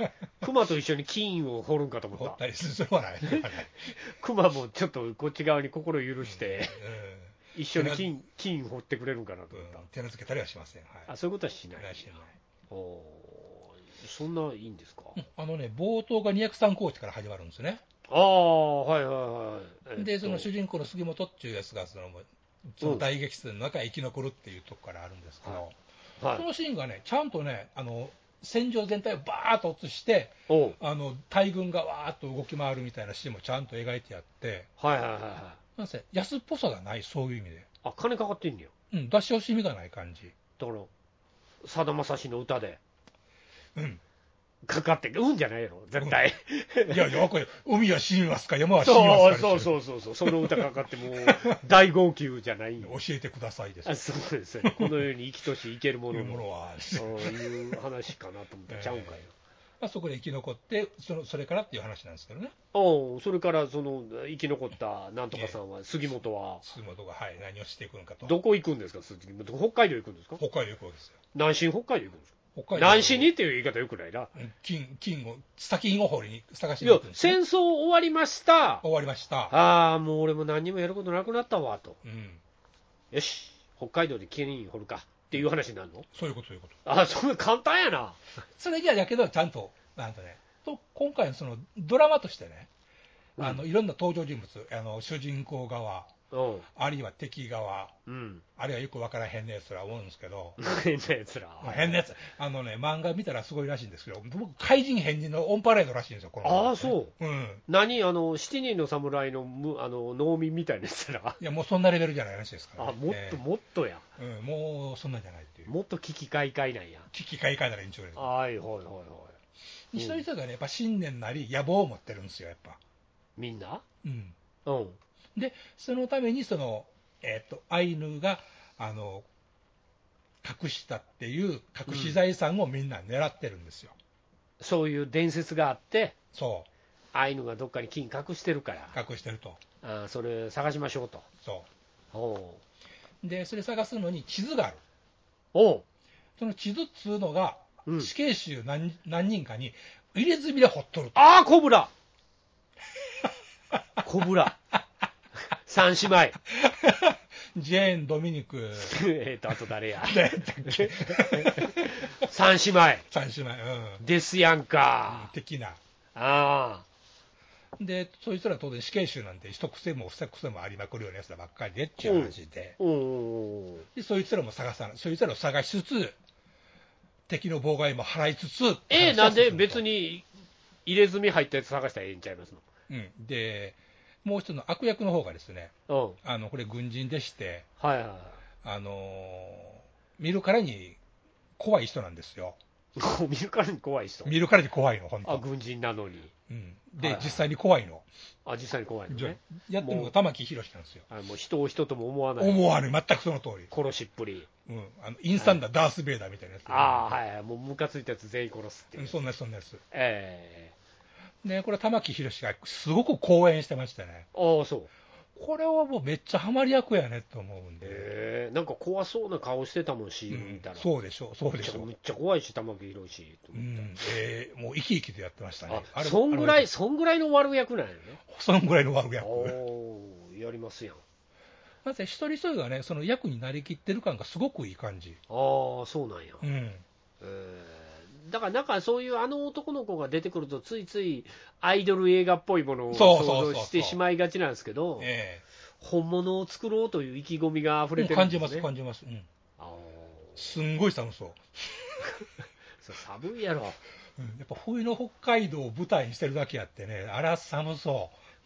Speaker 3: 熊と一緒に金を掘るんかと思った。
Speaker 4: 掘ったりする、それはない。
Speaker 3: 熊もちょっとこっち側に心許して、うん、一緒に金、金掘ってくれるんかなと思った。
Speaker 4: うん、手なずけたりはしません。はい、
Speaker 3: あ、そういうことはしない。
Speaker 4: しない。
Speaker 3: おそんないいんですか？
Speaker 4: うん、あのね、冒頭がにひゃくさんコーチから始まるんですね。
Speaker 3: ああ、はいはいはい。
Speaker 4: えっと、で、その主人公の杉本っていうやつが、その、その大激戦の中生き残るっていうとこからあるんですけど、はい、そのシーンがね、ちゃんとね、あの戦場全体をバーッと映して、あの大軍がわーっと動き回るみたいなシーンもちゃんと描いてあって、
Speaker 3: はいはいはいはい。
Speaker 4: なんせ安っぽさがない、そういう意味で。
Speaker 3: あ、金かかってんねや。
Speaker 4: うん、出し惜しみがない感じ。
Speaker 3: だから、さだまさしの歌で。
Speaker 4: うん。
Speaker 3: かかってうんじゃないやろ絶対、
Speaker 4: うん、いやいやこれ海は死にますか山は死にますか
Speaker 3: そうそうそうそうその歌かかってもう大号泣じゃないよ
Speaker 4: 教えてくださいです、
Speaker 3: あそうですねこの世に生きとし生けるもの
Speaker 4: ものは
Speaker 3: そういう話かなと思ってちゃうんかよ、えー
Speaker 4: まあ、そこで生き残ってそのそれからっていう話なんですけどね。
Speaker 3: おそれからその生き残ったなんとかさんは、えー、杉本は
Speaker 4: 杉本が、はい、何をしていくのかと。
Speaker 3: どこ行くんですか杉本北海道行くんですか。
Speaker 4: 北海道行くわけですよ。
Speaker 3: 南進北海道行くんですか。南市にっていう言い方よくないな。
Speaker 4: 金、金を、砂金を掘りに探しに行くんです、ね。
Speaker 3: いや、戦争終わりました。
Speaker 4: 終わりました。
Speaker 3: ああ、もう俺も何にもやることなくなったわ、と。
Speaker 4: うん。
Speaker 3: よし、北海道で金掘るかっていう話になるの？
Speaker 4: そういうこと、そういうこと。
Speaker 3: ああ、それ簡単やな。
Speaker 4: それじゃだけど、ちゃんと、なんとね、と、今回のそのドラマとしてね、うん、あの、いろんな登場人物、あの、主人公側、うん、あるいは敵側、うん、あるいはよくわからへんなやつら思うんですけど、
Speaker 3: 変なやつら、
Speaker 4: 変なやつ、あのね、漫画見たらすごいらしいんですけど、僕、怪人変人のオンパレードらしいんですよ、この、ね、
Speaker 3: ああ、そう、
Speaker 4: うん、
Speaker 3: 何、あの、七人の侍のあの農民みたいなやつら、
Speaker 4: いや、もうそんなレベルじゃないらしいですから、
Speaker 3: ね、あもっと、えー、もっとや、
Speaker 4: うん、もうそんなんじゃないっていう、
Speaker 3: もっと危機快快なんや、
Speaker 4: 危機快快な連中です、
Speaker 3: はいはいはいはい、
Speaker 4: 一人一人がね、やっぱ信念なり野望を持ってるんですよ、やっぱ。
Speaker 3: みんな
Speaker 4: うん
Speaker 3: うん、
Speaker 4: で、そのためにその、えー、とアイヌがあの隠したっていう隠し財産をみんな狙ってるんですよ、
Speaker 3: うん、そういう伝説があって、
Speaker 4: そう
Speaker 3: アイヌがどっかに金隠してるから、
Speaker 4: 隠してると、
Speaker 3: あそれ探しましょうと。
Speaker 4: そう
Speaker 3: お
Speaker 4: で、それ探すのに地図がある。
Speaker 3: おう、
Speaker 4: その地図っつうのが、
Speaker 3: うん、
Speaker 4: 死刑囚 何, 何人かに入れ墨で掘っとると。
Speaker 3: ああ、コブラコブラ三姉妹
Speaker 4: ジェーン、ドミニク、
Speaker 3: えっと、あと誰や
Speaker 4: 誰やったっけ
Speaker 3: 三姉妹
Speaker 4: 三姉妹、うん、
Speaker 3: ですやんか。
Speaker 4: 的な。
Speaker 3: ああ。
Speaker 4: で、そいつら当然死刑囚なんて一癖も二癖もありまくるようなやつらばっかりでっていう話で、
Speaker 3: うん、
Speaker 4: でそいつらも探さない、そいつらを探しつつ、敵の妨害も払いつつ、
Speaker 3: えー、なんで別に入れ墨入ったやつ探したらええんちゃいますの。
Speaker 4: うん、で、もう一つの悪役の方がですね、
Speaker 3: うん、
Speaker 4: あのこれ軍人でして、
Speaker 3: はいはい、
Speaker 4: あのー見るからに怖い人なんですよ。
Speaker 3: 見るからに怖い人。
Speaker 4: 見るからに怖いの、本当。
Speaker 3: あ、軍人なのに。
Speaker 4: うん、で、
Speaker 3: はいはい、
Speaker 4: 実際に怖いの。
Speaker 3: あ、実際に怖いのね。
Speaker 4: やってるのが玉木宏なんですよ。
Speaker 3: あもう人を人とも思わない。
Speaker 4: 思わない、全くその通り。
Speaker 3: 殺しっぷり。
Speaker 4: うん、あのインスタンダー、ダース・ベイダーみたいなやつ。
Speaker 3: ああ、はいはい、もうムカついたやつ全員殺すっていう。
Speaker 4: うん、そんなやつ、そんなやつ。
Speaker 3: え
Speaker 4: えー、で、これ、玉木宏がすごく講演してましたね。
Speaker 3: ああ、そう。
Speaker 4: これはもうめっちゃハマり役やねと思うんで。
Speaker 3: えー、なんか怖そうな顔してたもん、シーエム見たら、
Speaker 4: うん、そうでしょう、そうでしょう。
Speaker 3: めっちゃ怖いし、玉木宏と思った、
Speaker 4: うん、えー、もう生き生きでやってましたね。
Speaker 3: あれそんぐらい、そんぐらいの悪役なんやね。
Speaker 4: そんぐらいの悪役。
Speaker 3: おー、やりますやん。
Speaker 4: まず一人一人がね、その役になりきってる感がすごくいい感じ。
Speaker 3: ああ、そうなんや。
Speaker 4: うん。
Speaker 3: えー、だからなんかそういうあの男の子が出てくると、ついついアイドル映画っぽいものを想像してしまいがちなんですけど、
Speaker 4: え
Speaker 3: ー、本物を作ろうという意気込みが溢れてるんですね。
Speaker 4: 感じます、感じます。うん、
Speaker 3: あ
Speaker 4: すんごい寒そう。
Speaker 3: そう寒いやろ。
Speaker 4: うん、やっぱ冬の北海道を舞台にしてるだけあってね、あら寒そう。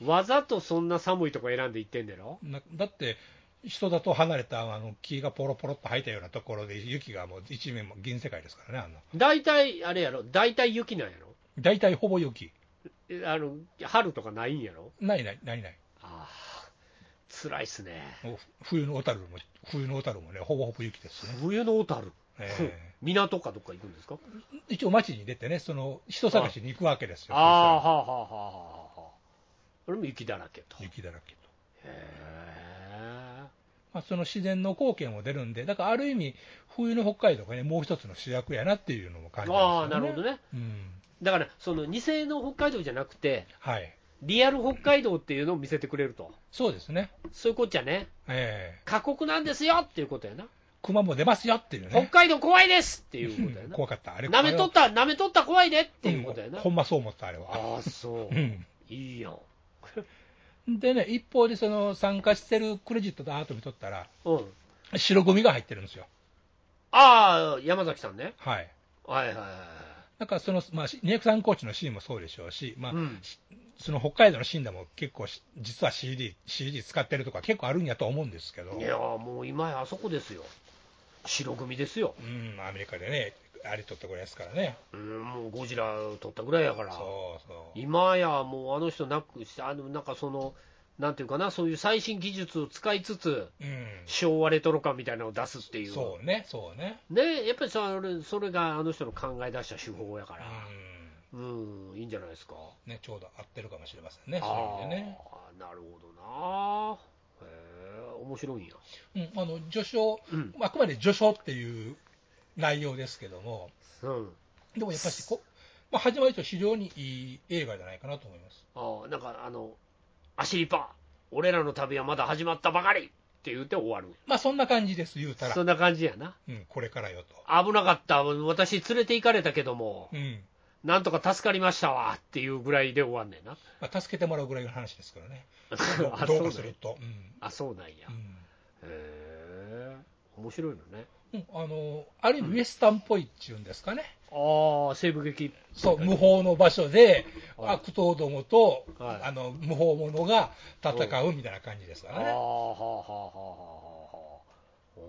Speaker 3: わざとそんな寒いとこ選んでいってんだろ。
Speaker 4: なだって人だと離れたあの木がポロポロっと生えたようなところで雪がもう一面も銀世界ですからね。あの
Speaker 3: 大体あれやろ、大体雪なんやろ。
Speaker 4: 大体ほぼ雪。
Speaker 3: あの春とかないんやろ。
Speaker 4: ないないないない。
Speaker 3: ああ、辛いっすね。
Speaker 4: 冬の小樽も冬の小樽もね、ほぼほぼ雪ですね。
Speaker 3: 冬の小樽、
Speaker 4: えー、
Speaker 3: 港かどっか行くんですか。
Speaker 4: 一応町に出てね、その人探しに行くわけですよ。
Speaker 3: ああ、はあはあはあはあ。これも雪だらけと。
Speaker 4: 雪だらけと。
Speaker 3: へえ。
Speaker 4: まあ、その自然の光景も出るんで、だからある意味、冬の北海道がね、もう一つの主役やなっていうのも感じますよね。
Speaker 3: ああ、なるほどね。うん、だから、その偽の北海道じゃなくて、
Speaker 4: はい、
Speaker 3: リアル北海道っていうのを見せてくれると。
Speaker 4: そうですね。
Speaker 3: そういうこっちゃね。
Speaker 4: ええー。
Speaker 3: 過酷なんですよっていうことやな。
Speaker 4: 熊も出ますよっていうね。
Speaker 3: 北海道怖いですっていうことやな。
Speaker 4: 怖かった。あれ。
Speaker 3: なめとった、なめとった怖いでっていうことやな。
Speaker 4: うん、ほんまそう思った、あれは。
Speaker 3: ああ、そう。
Speaker 4: うん、
Speaker 3: いいやん。
Speaker 4: でね、一方でその参加してるクレジットだーっと見とったら、
Speaker 3: うん、
Speaker 4: 白組が入ってるんですよ。
Speaker 3: ああ、山崎さんね。
Speaker 4: はい。
Speaker 3: はいはいはい。
Speaker 4: だからその、まあ、にひゃくさんコーチのシーンもそうでしょうし、まあ、うん、その北海道のシーンでも結構、実は シーディー、シーディー 使ってるとか結構あるんやと思うんですけど。
Speaker 3: いやもう今やあそこですよ。白組ですよ。
Speaker 4: うん、アメリカでね、あれ撮ったぐらいですからね。
Speaker 3: うん、もうゴジラ撮ったぐらいやから。
Speaker 4: そうそう。
Speaker 3: 今やもうあの人なくして、あの、なんかその、なんていうかな、そういう最新技術を使いつつ、うん、昭和レトロ感みたいなのを出すっていう。
Speaker 4: そうね、そうね。
Speaker 3: で、やっぱりそれ、それがあの人の考え出した手法やから、うん、うん、いいんじゃないですか。
Speaker 4: ね、ちょうど合ってるかもしれませんね、そういう意味でね。
Speaker 3: なるほどな。へえ、面白いんや。
Speaker 4: うん、あの序章、うん、あくまで序章っていう内容ですけども、うん、でもやっぱりこ、まあ、始まりと非常にいい映画じゃないかなと思います。
Speaker 3: ああ、なんかあの、アシリパ、俺らの旅はまだ始まったばかりって言って終わる。
Speaker 4: まあそんな感じです、言うたら。
Speaker 3: そんな感じやな。
Speaker 4: うん、これからよと。
Speaker 3: 危なかった、私連れて行かれたけども、うん、なんとか助かりましたわっていうぐらいで終わんねんな。
Speaker 4: まあ、助けてもらうぐらいの話ですからね。どうかすると。うん、
Speaker 3: あ、そうなんや。うん、へえ、面白いのね。
Speaker 4: うん、あのある意味ウエスタンっぽいっていうんですかね。
Speaker 3: ああ、西部劇。
Speaker 4: そう、無法の場所で、はい、悪党どもと、はい、あの無法者が戦うみたいな感じですからね。ああ、はあ、はあ、はあ、は
Speaker 3: あ。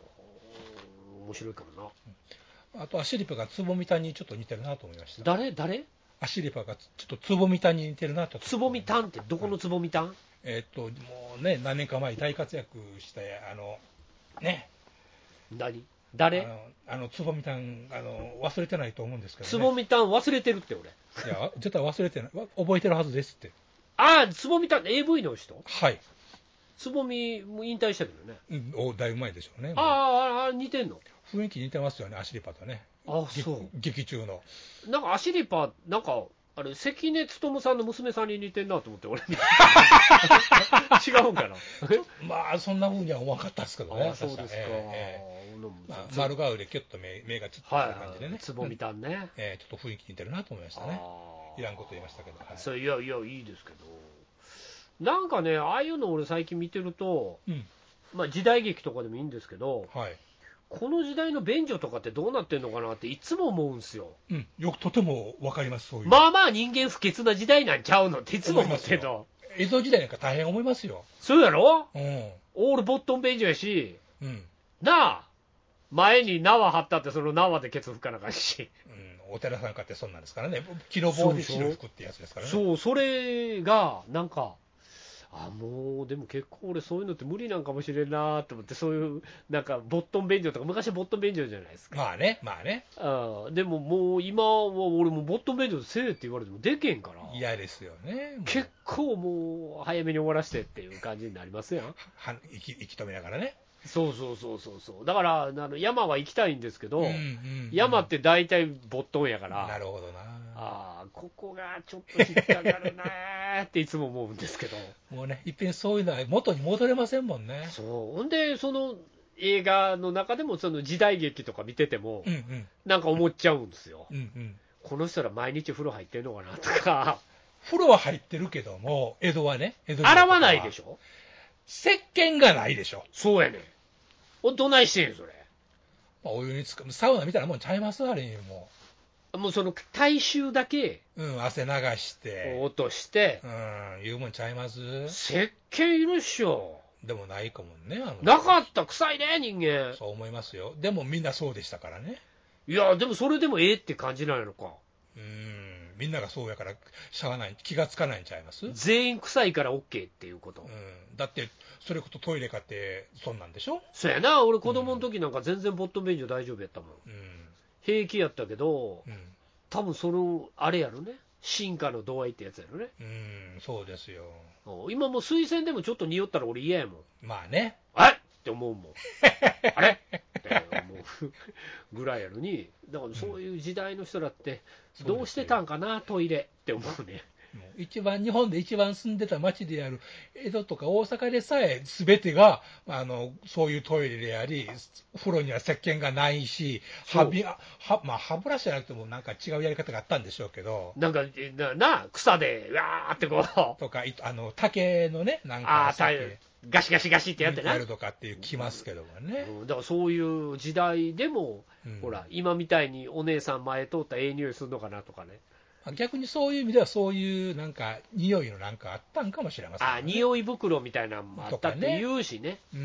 Speaker 3: 面白いかもな。
Speaker 4: あとはシリプがつぼみたんにちょっと似てるなと思いました。
Speaker 3: 誰誰
Speaker 4: アシリパがちょっとつぼみたんに似てるなと。
Speaker 3: つぼみたんってどこのつぼみたん？
Speaker 4: えーっと、もうね、何年か前に大活躍した、あの、ね。
Speaker 3: 何誰？
Speaker 4: あの、あのつぼみたん、あの、忘れてないと思うんですけど、ね。
Speaker 3: つぼみたん忘れてるって俺。
Speaker 4: いや、絶対忘れてない。覚えてるはずですって。
Speaker 3: ああ、つぼみたん エーブイ の人？
Speaker 4: はい。
Speaker 3: つぼみも引退したけどね。
Speaker 4: うん、おだいぶ前でしょうね。
Speaker 3: ああ、ああ、似てんの？
Speaker 4: 雰囲気似てますよね、アシリパとね。
Speaker 3: あ、そう。
Speaker 4: 劇中の。
Speaker 3: なんかアシリパ、なんか、あれ、関根勤さんの娘さんに似てんなと思って、俺に。違うんかな。
Speaker 4: まあ、そんな風には思わなかったですけどね。
Speaker 3: あ、そうですか。
Speaker 4: えーえーまあ、丸顔でキュッと 目, 目がちょっとした感じでね。
Speaker 3: つぼみたんね、
Speaker 4: えー。ちょっと雰囲気似てるなと思いましたね。いらんこと言いましたけど。はい、
Speaker 3: そういやいや、いいですけど。なんかね、ああいうの俺最近見てると、うん、まあ時代劇とかでもいいんですけど、はい、この時代の便所とかってどうなってんのかなっていつも思うんですよ。
Speaker 4: うん、よくとても分かります、そういう。
Speaker 3: まあまあ人間不潔な時代なんちゃうのっていつも思ってると。
Speaker 4: 江戸時代なんか大変思いますよ。
Speaker 3: そうやろ？
Speaker 4: うん。
Speaker 3: オールボットン便所やし、うん、なあ、前に縄張ったってその縄でケツ拭かなあかんし。
Speaker 4: うん、お寺さんかってそんなんですからね。木の棒で白拭くってやつですからね。
Speaker 3: そう、それが、なんか、あ、もう、でも結構俺そういうのって無理なんかもしれんなと思って、そういう、なんか、ボットン便所とか、昔はボットン便所じゃないですか。
Speaker 4: まあね、まあね。
Speaker 3: あでももう今は俺もボットン便所せえって言われてもでけんから。
Speaker 4: 嫌ですよね。
Speaker 3: 結構もう、早めに終わらせてっていう感じになりますやん。
Speaker 4: は息息止めながらね。
Speaker 3: そうそうそうそうそう。だから、あの山は行きたいんですけど、うんうんうん、山って大体ボットンやから。
Speaker 4: なるほどな。
Speaker 3: ああ、ここがちょっと引っかかるなーっていつも思うんですけど。
Speaker 4: もうね、いっぺんそういうのは元に戻れませんもんね。
Speaker 3: そう。ほんで、その映画の中でもその時代劇とか見てても、うんうん、なんか思っちゃうんですよ。うんうん、この人ら毎日風呂入ってんのかなとか。
Speaker 4: 風呂は入ってるけども、江戸はね、江戸
Speaker 3: 洗わないでしょ？
Speaker 4: 石鹸がないでしょ。
Speaker 3: そうやねん。どないしてんそれ。
Speaker 4: まあ、お湯につかむ、サウナみたいなもんちゃいますあれにも
Speaker 3: う。もうその体臭だけ、
Speaker 4: うん、汗流して、
Speaker 3: 落として、
Speaker 4: うん、いうもんちゃいます。
Speaker 3: 石鹸いるっしょ。
Speaker 4: でもないかもね。あの
Speaker 3: なかった、臭いね、人間。
Speaker 4: そう思いますよ。でもみんなそうでしたからね。
Speaker 3: いや、でもそれでもええって感じないのか。
Speaker 4: うん、みんながそうやから、しゃあない、気がつかないんちゃいます？
Speaker 3: 全員臭いから OK っていうこと。
Speaker 4: うん、だって、それこそトイレかって、そんなんでしょ？
Speaker 3: そうやな、俺、子供の時なんか全然ボットン便所大丈夫やったもん。うん、平気やったけど、うん、多分その、あれやろね、進化の度合いってやつやろね。
Speaker 4: うん、そうですよ。
Speaker 3: 今もう水洗でもちょっと匂ったら俺嫌やもん。
Speaker 4: まあね。
Speaker 3: あれって思うもん。あれって思うぐらいやのに、だからそういう時代の人だって、どうしてたんかな、トイレって思うね。
Speaker 4: もう一番、日本で一番住んでた町である江戸とか大阪でさえ、すべてがあのそういうトイレであり、風呂には石鹸がないし、歯びは、まあ、歯ブラシじゃなくても、なんか違うやり方があったんでしょうけど、
Speaker 3: なんか、な、な草で、うわーってこう。
Speaker 4: とか、あの竹のね、なん
Speaker 3: か、あガシガシガシってやってな。
Speaker 4: やるとかっていうきますけどもね。
Speaker 3: うん、だからそういう時代でも、うん、ほら、今みたいにお姉さん前通ったらええ匂いするのかなとかね。
Speaker 4: 逆にそういう意味では、そういうなんか、匂いのなんかあったんかもしれませんね。
Speaker 3: あ、匂い袋みたいなのもあったって言うしね。うん。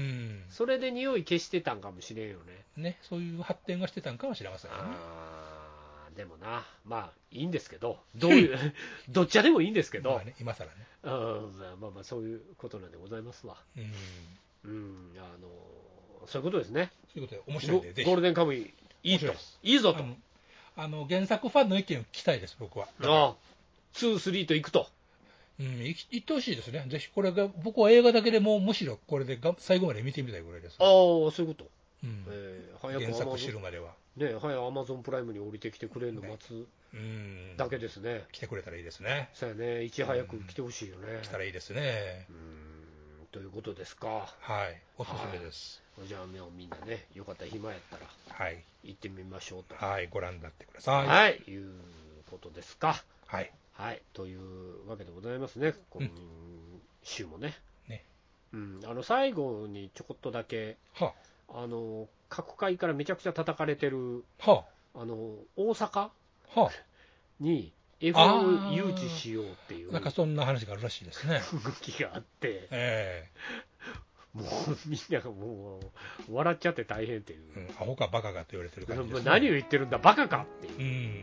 Speaker 3: それで匂い消してたんかもしれんよね。
Speaker 4: ね、そういう発展がしてたんかもしれませんね。
Speaker 3: あでもな、まあ、いいんですけど、どういう、どっちでもいいんですけど、
Speaker 4: まあね、今更ね。
Speaker 3: うん、まあまあ、そういうことなんでございますわ。うん。うん、あの、そういうことですね。
Speaker 4: そういうことで、面白いんで、ぜひ。
Speaker 3: ゴールデンカムイ、いいと。いいぞと。
Speaker 4: あの原作ファンの意見を聞きたいです、僕は。
Speaker 3: ああ、に、さんと行くと。
Speaker 4: うん、行ってほしいですね。ぜひ、これが、僕は映画だけでも、むしろこれでが最後まで見てみたいぐらいです。
Speaker 3: ああ、そういうこと。うん、
Speaker 4: えー、早く原作知るまでは。
Speaker 3: ね、早くアマゾンプライムに降りてきてくれるの待つだけですね。
Speaker 4: 来てくれたらいいですね。
Speaker 3: そうやね、いち早く来てほしいよね。
Speaker 4: 来たらいいですね。
Speaker 3: うん、ということですか。
Speaker 4: はい、おすすめです。
Speaker 3: はい、じゃあ、みんなね、よかったら暇やったら、はい、行ってみましょうと。
Speaker 4: はい、ご覧になってください。
Speaker 3: はい、いうことですか。
Speaker 4: はい。
Speaker 3: はい、というわけでございますね、今週もね。
Speaker 4: うん、ね。
Speaker 3: うん、あの、最後にちょこっとだけ、はあ、あの、各界からめちゃくちゃ叩かれてる、はあ、あの、大阪、はあ、に、エフエム 誘致しようっていう。
Speaker 4: なんかそんな話があるらしいですね。
Speaker 3: 動きがあって。
Speaker 4: え
Speaker 3: えー、もうみんながもう笑っちゃって大変っていう。
Speaker 4: うん、アホかバカかって言われてる感じです、ね。
Speaker 3: 何を言ってるんだ、バカかっていう。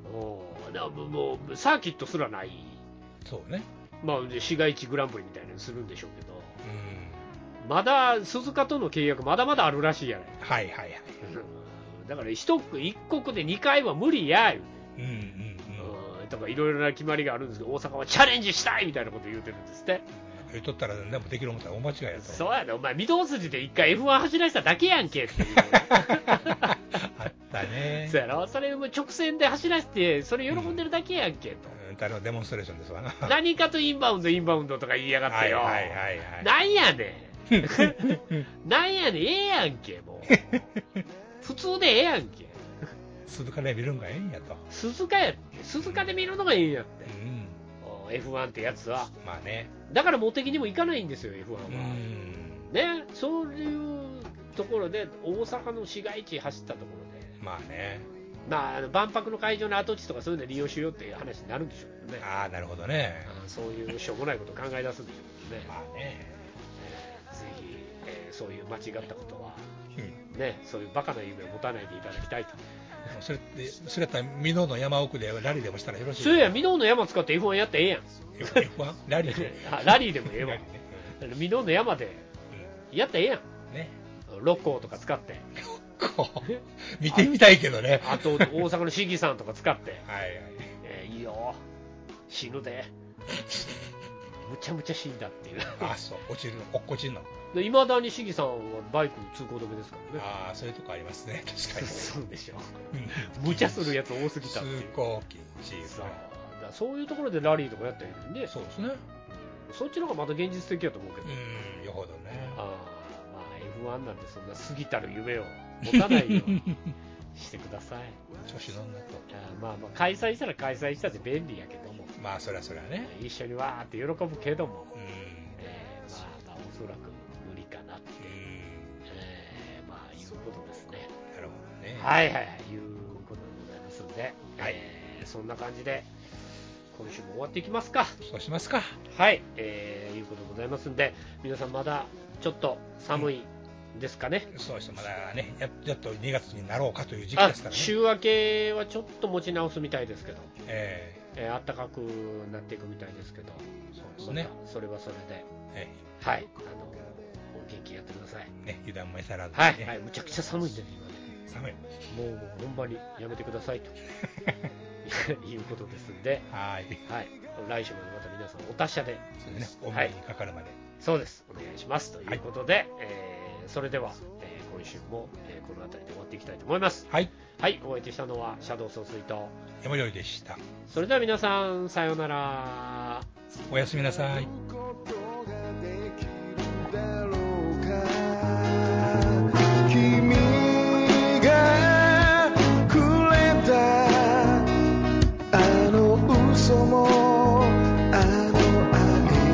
Speaker 3: うん、だもうサーキットすらない。
Speaker 4: そうね。
Speaker 3: まあ、市街地グランプリみたいなのするんでしょうけど、
Speaker 4: うん、
Speaker 3: まだ鈴鹿との契約まだまだあるらしいやない。
Speaker 4: はいはいはい。
Speaker 3: だから一国一国でにかいは無理やいう、
Speaker 4: うんうんうん、
Speaker 3: うん、とかいろいろな決まりがあるんですけど、大阪はチャレンジしたいみたいなこと言うてるんですって。
Speaker 4: 言っとったら何でもできる思ったら大間違いやと。
Speaker 3: そうやで、お前御堂筋で一回 エフワン 走らせただけやんけっていう
Speaker 4: あったね。
Speaker 3: そうやろ、それも直線で走らせてそれ喜んでるだけやんけと、
Speaker 4: うん、ただデモンストレーションですわな。
Speaker 3: 何かとインバウンドインバウンドとか言いやがってよ、
Speaker 4: はいはいはいはい、
Speaker 3: なんやねんなんやねん、ええやんけ、もう普通でええやんけ、
Speaker 4: 鈴鹿で見るんがええんやと。
Speaker 3: 鈴鹿やって、鈴鹿で見るのがええんやって、うん、エフワン ってやつは。
Speaker 4: まあね、
Speaker 3: だから茂木にも行かないんですよ エフワン は。
Speaker 4: うん
Speaker 3: ね、そういうところで大阪の市街地走ったところで、
Speaker 4: まあね、
Speaker 3: まあ、万博の会場の跡地とかそういうの利用しようっていう話になるんでしょうけどね。
Speaker 4: ああ、なるほどね。
Speaker 3: そういうしょうもないことを考え出すんでしょうけどね。
Speaker 4: まあね、
Speaker 3: えー、ぜひ、えー、そういう間違ったことは、
Speaker 4: うん、
Speaker 3: ね、そういうバカな夢を持たないでいただきたいと。
Speaker 4: それってそれやったら箕面の山奥でラリーでもしたらよろしい。
Speaker 3: そうや、箕面の山使って エフワン やってええやん。
Speaker 4: エフワン ラリーで
Speaker 3: あラリーでもええわ。箕面の山でやったらええやん。
Speaker 4: ね、
Speaker 3: 六甲とか使って。
Speaker 4: 見てみたいけどね。
Speaker 3: あと大阪の市議さんとか使って。
Speaker 4: はいはい。
Speaker 3: えー、いいよ。死ぬで。むちゃむちゃ死んだっていう。
Speaker 4: あ、そう、落ちる、落っこちるの。
Speaker 3: で、いまだに市議さんはバイク通行止めですからね。
Speaker 4: ああ、そういうとこありますね。確かに。
Speaker 3: そうでしょ。無茶するやつ多すぎたっていう。
Speaker 4: 通行禁止。
Speaker 3: そう。だそういうところでラリーとかやったらいいんで。
Speaker 4: そうですね。
Speaker 3: そっちの方がまた現実的やと思うけど。
Speaker 4: うん、よほどね。
Speaker 3: ああ、まあ エフワン なんてそんな過ぎたる夢を持たないようにしてください。
Speaker 4: 調子乗んなと。
Speaker 3: あまあまあ開催したら開催したって便利やけども。
Speaker 4: まあそりゃそりゃね。
Speaker 3: 一緒にわーって喜ぶけども。
Speaker 4: うん。
Speaker 3: えー、まあまあおそらく無理かなって。うん。えー、まあいうことですね。
Speaker 4: なるほどね。
Speaker 3: はいはいはい、いうことでございますんで、はい、えー、そんな感じで今週も終わっていきますか。
Speaker 4: そうしますか。
Speaker 3: はい、えー、いうことでございますんで、皆さんまだちょっと寒いですかね。
Speaker 4: うん、そうです、まだね、ややっとにがつになろうかという時期ですからね。
Speaker 3: 週明けはちょっと持ち直すみたいですけど、
Speaker 4: えー
Speaker 3: えー、暖かくなっていくみたいですけど、
Speaker 4: そうですね。
Speaker 3: ま、それはそれで、
Speaker 4: え
Speaker 3: ー、はい、あのー、元気やってください。
Speaker 4: ね、油断もさらず、
Speaker 3: ね。はい、はい、むちゃくちゃ寒いんで、今ね。
Speaker 4: 寒い。
Speaker 3: もう本場にやめてくださいということですんで、
Speaker 4: はい、
Speaker 3: はい、来週までまた皆さんお達者で、
Speaker 4: そうですね、お目にかかるまで、はい、
Speaker 3: そうです、お願いしますということで、はい、えー、それでは、えー、今週も、えー、この辺りで終わっていきたいと思います。はい、はい、お相手したのはシャドウ総帥と
Speaker 4: 山よいでした。
Speaker 3: それでは皆さんさようなら。
Speaker 4: おやすみなさい。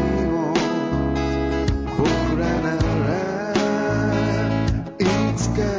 Speaker 4: 僕らならいつか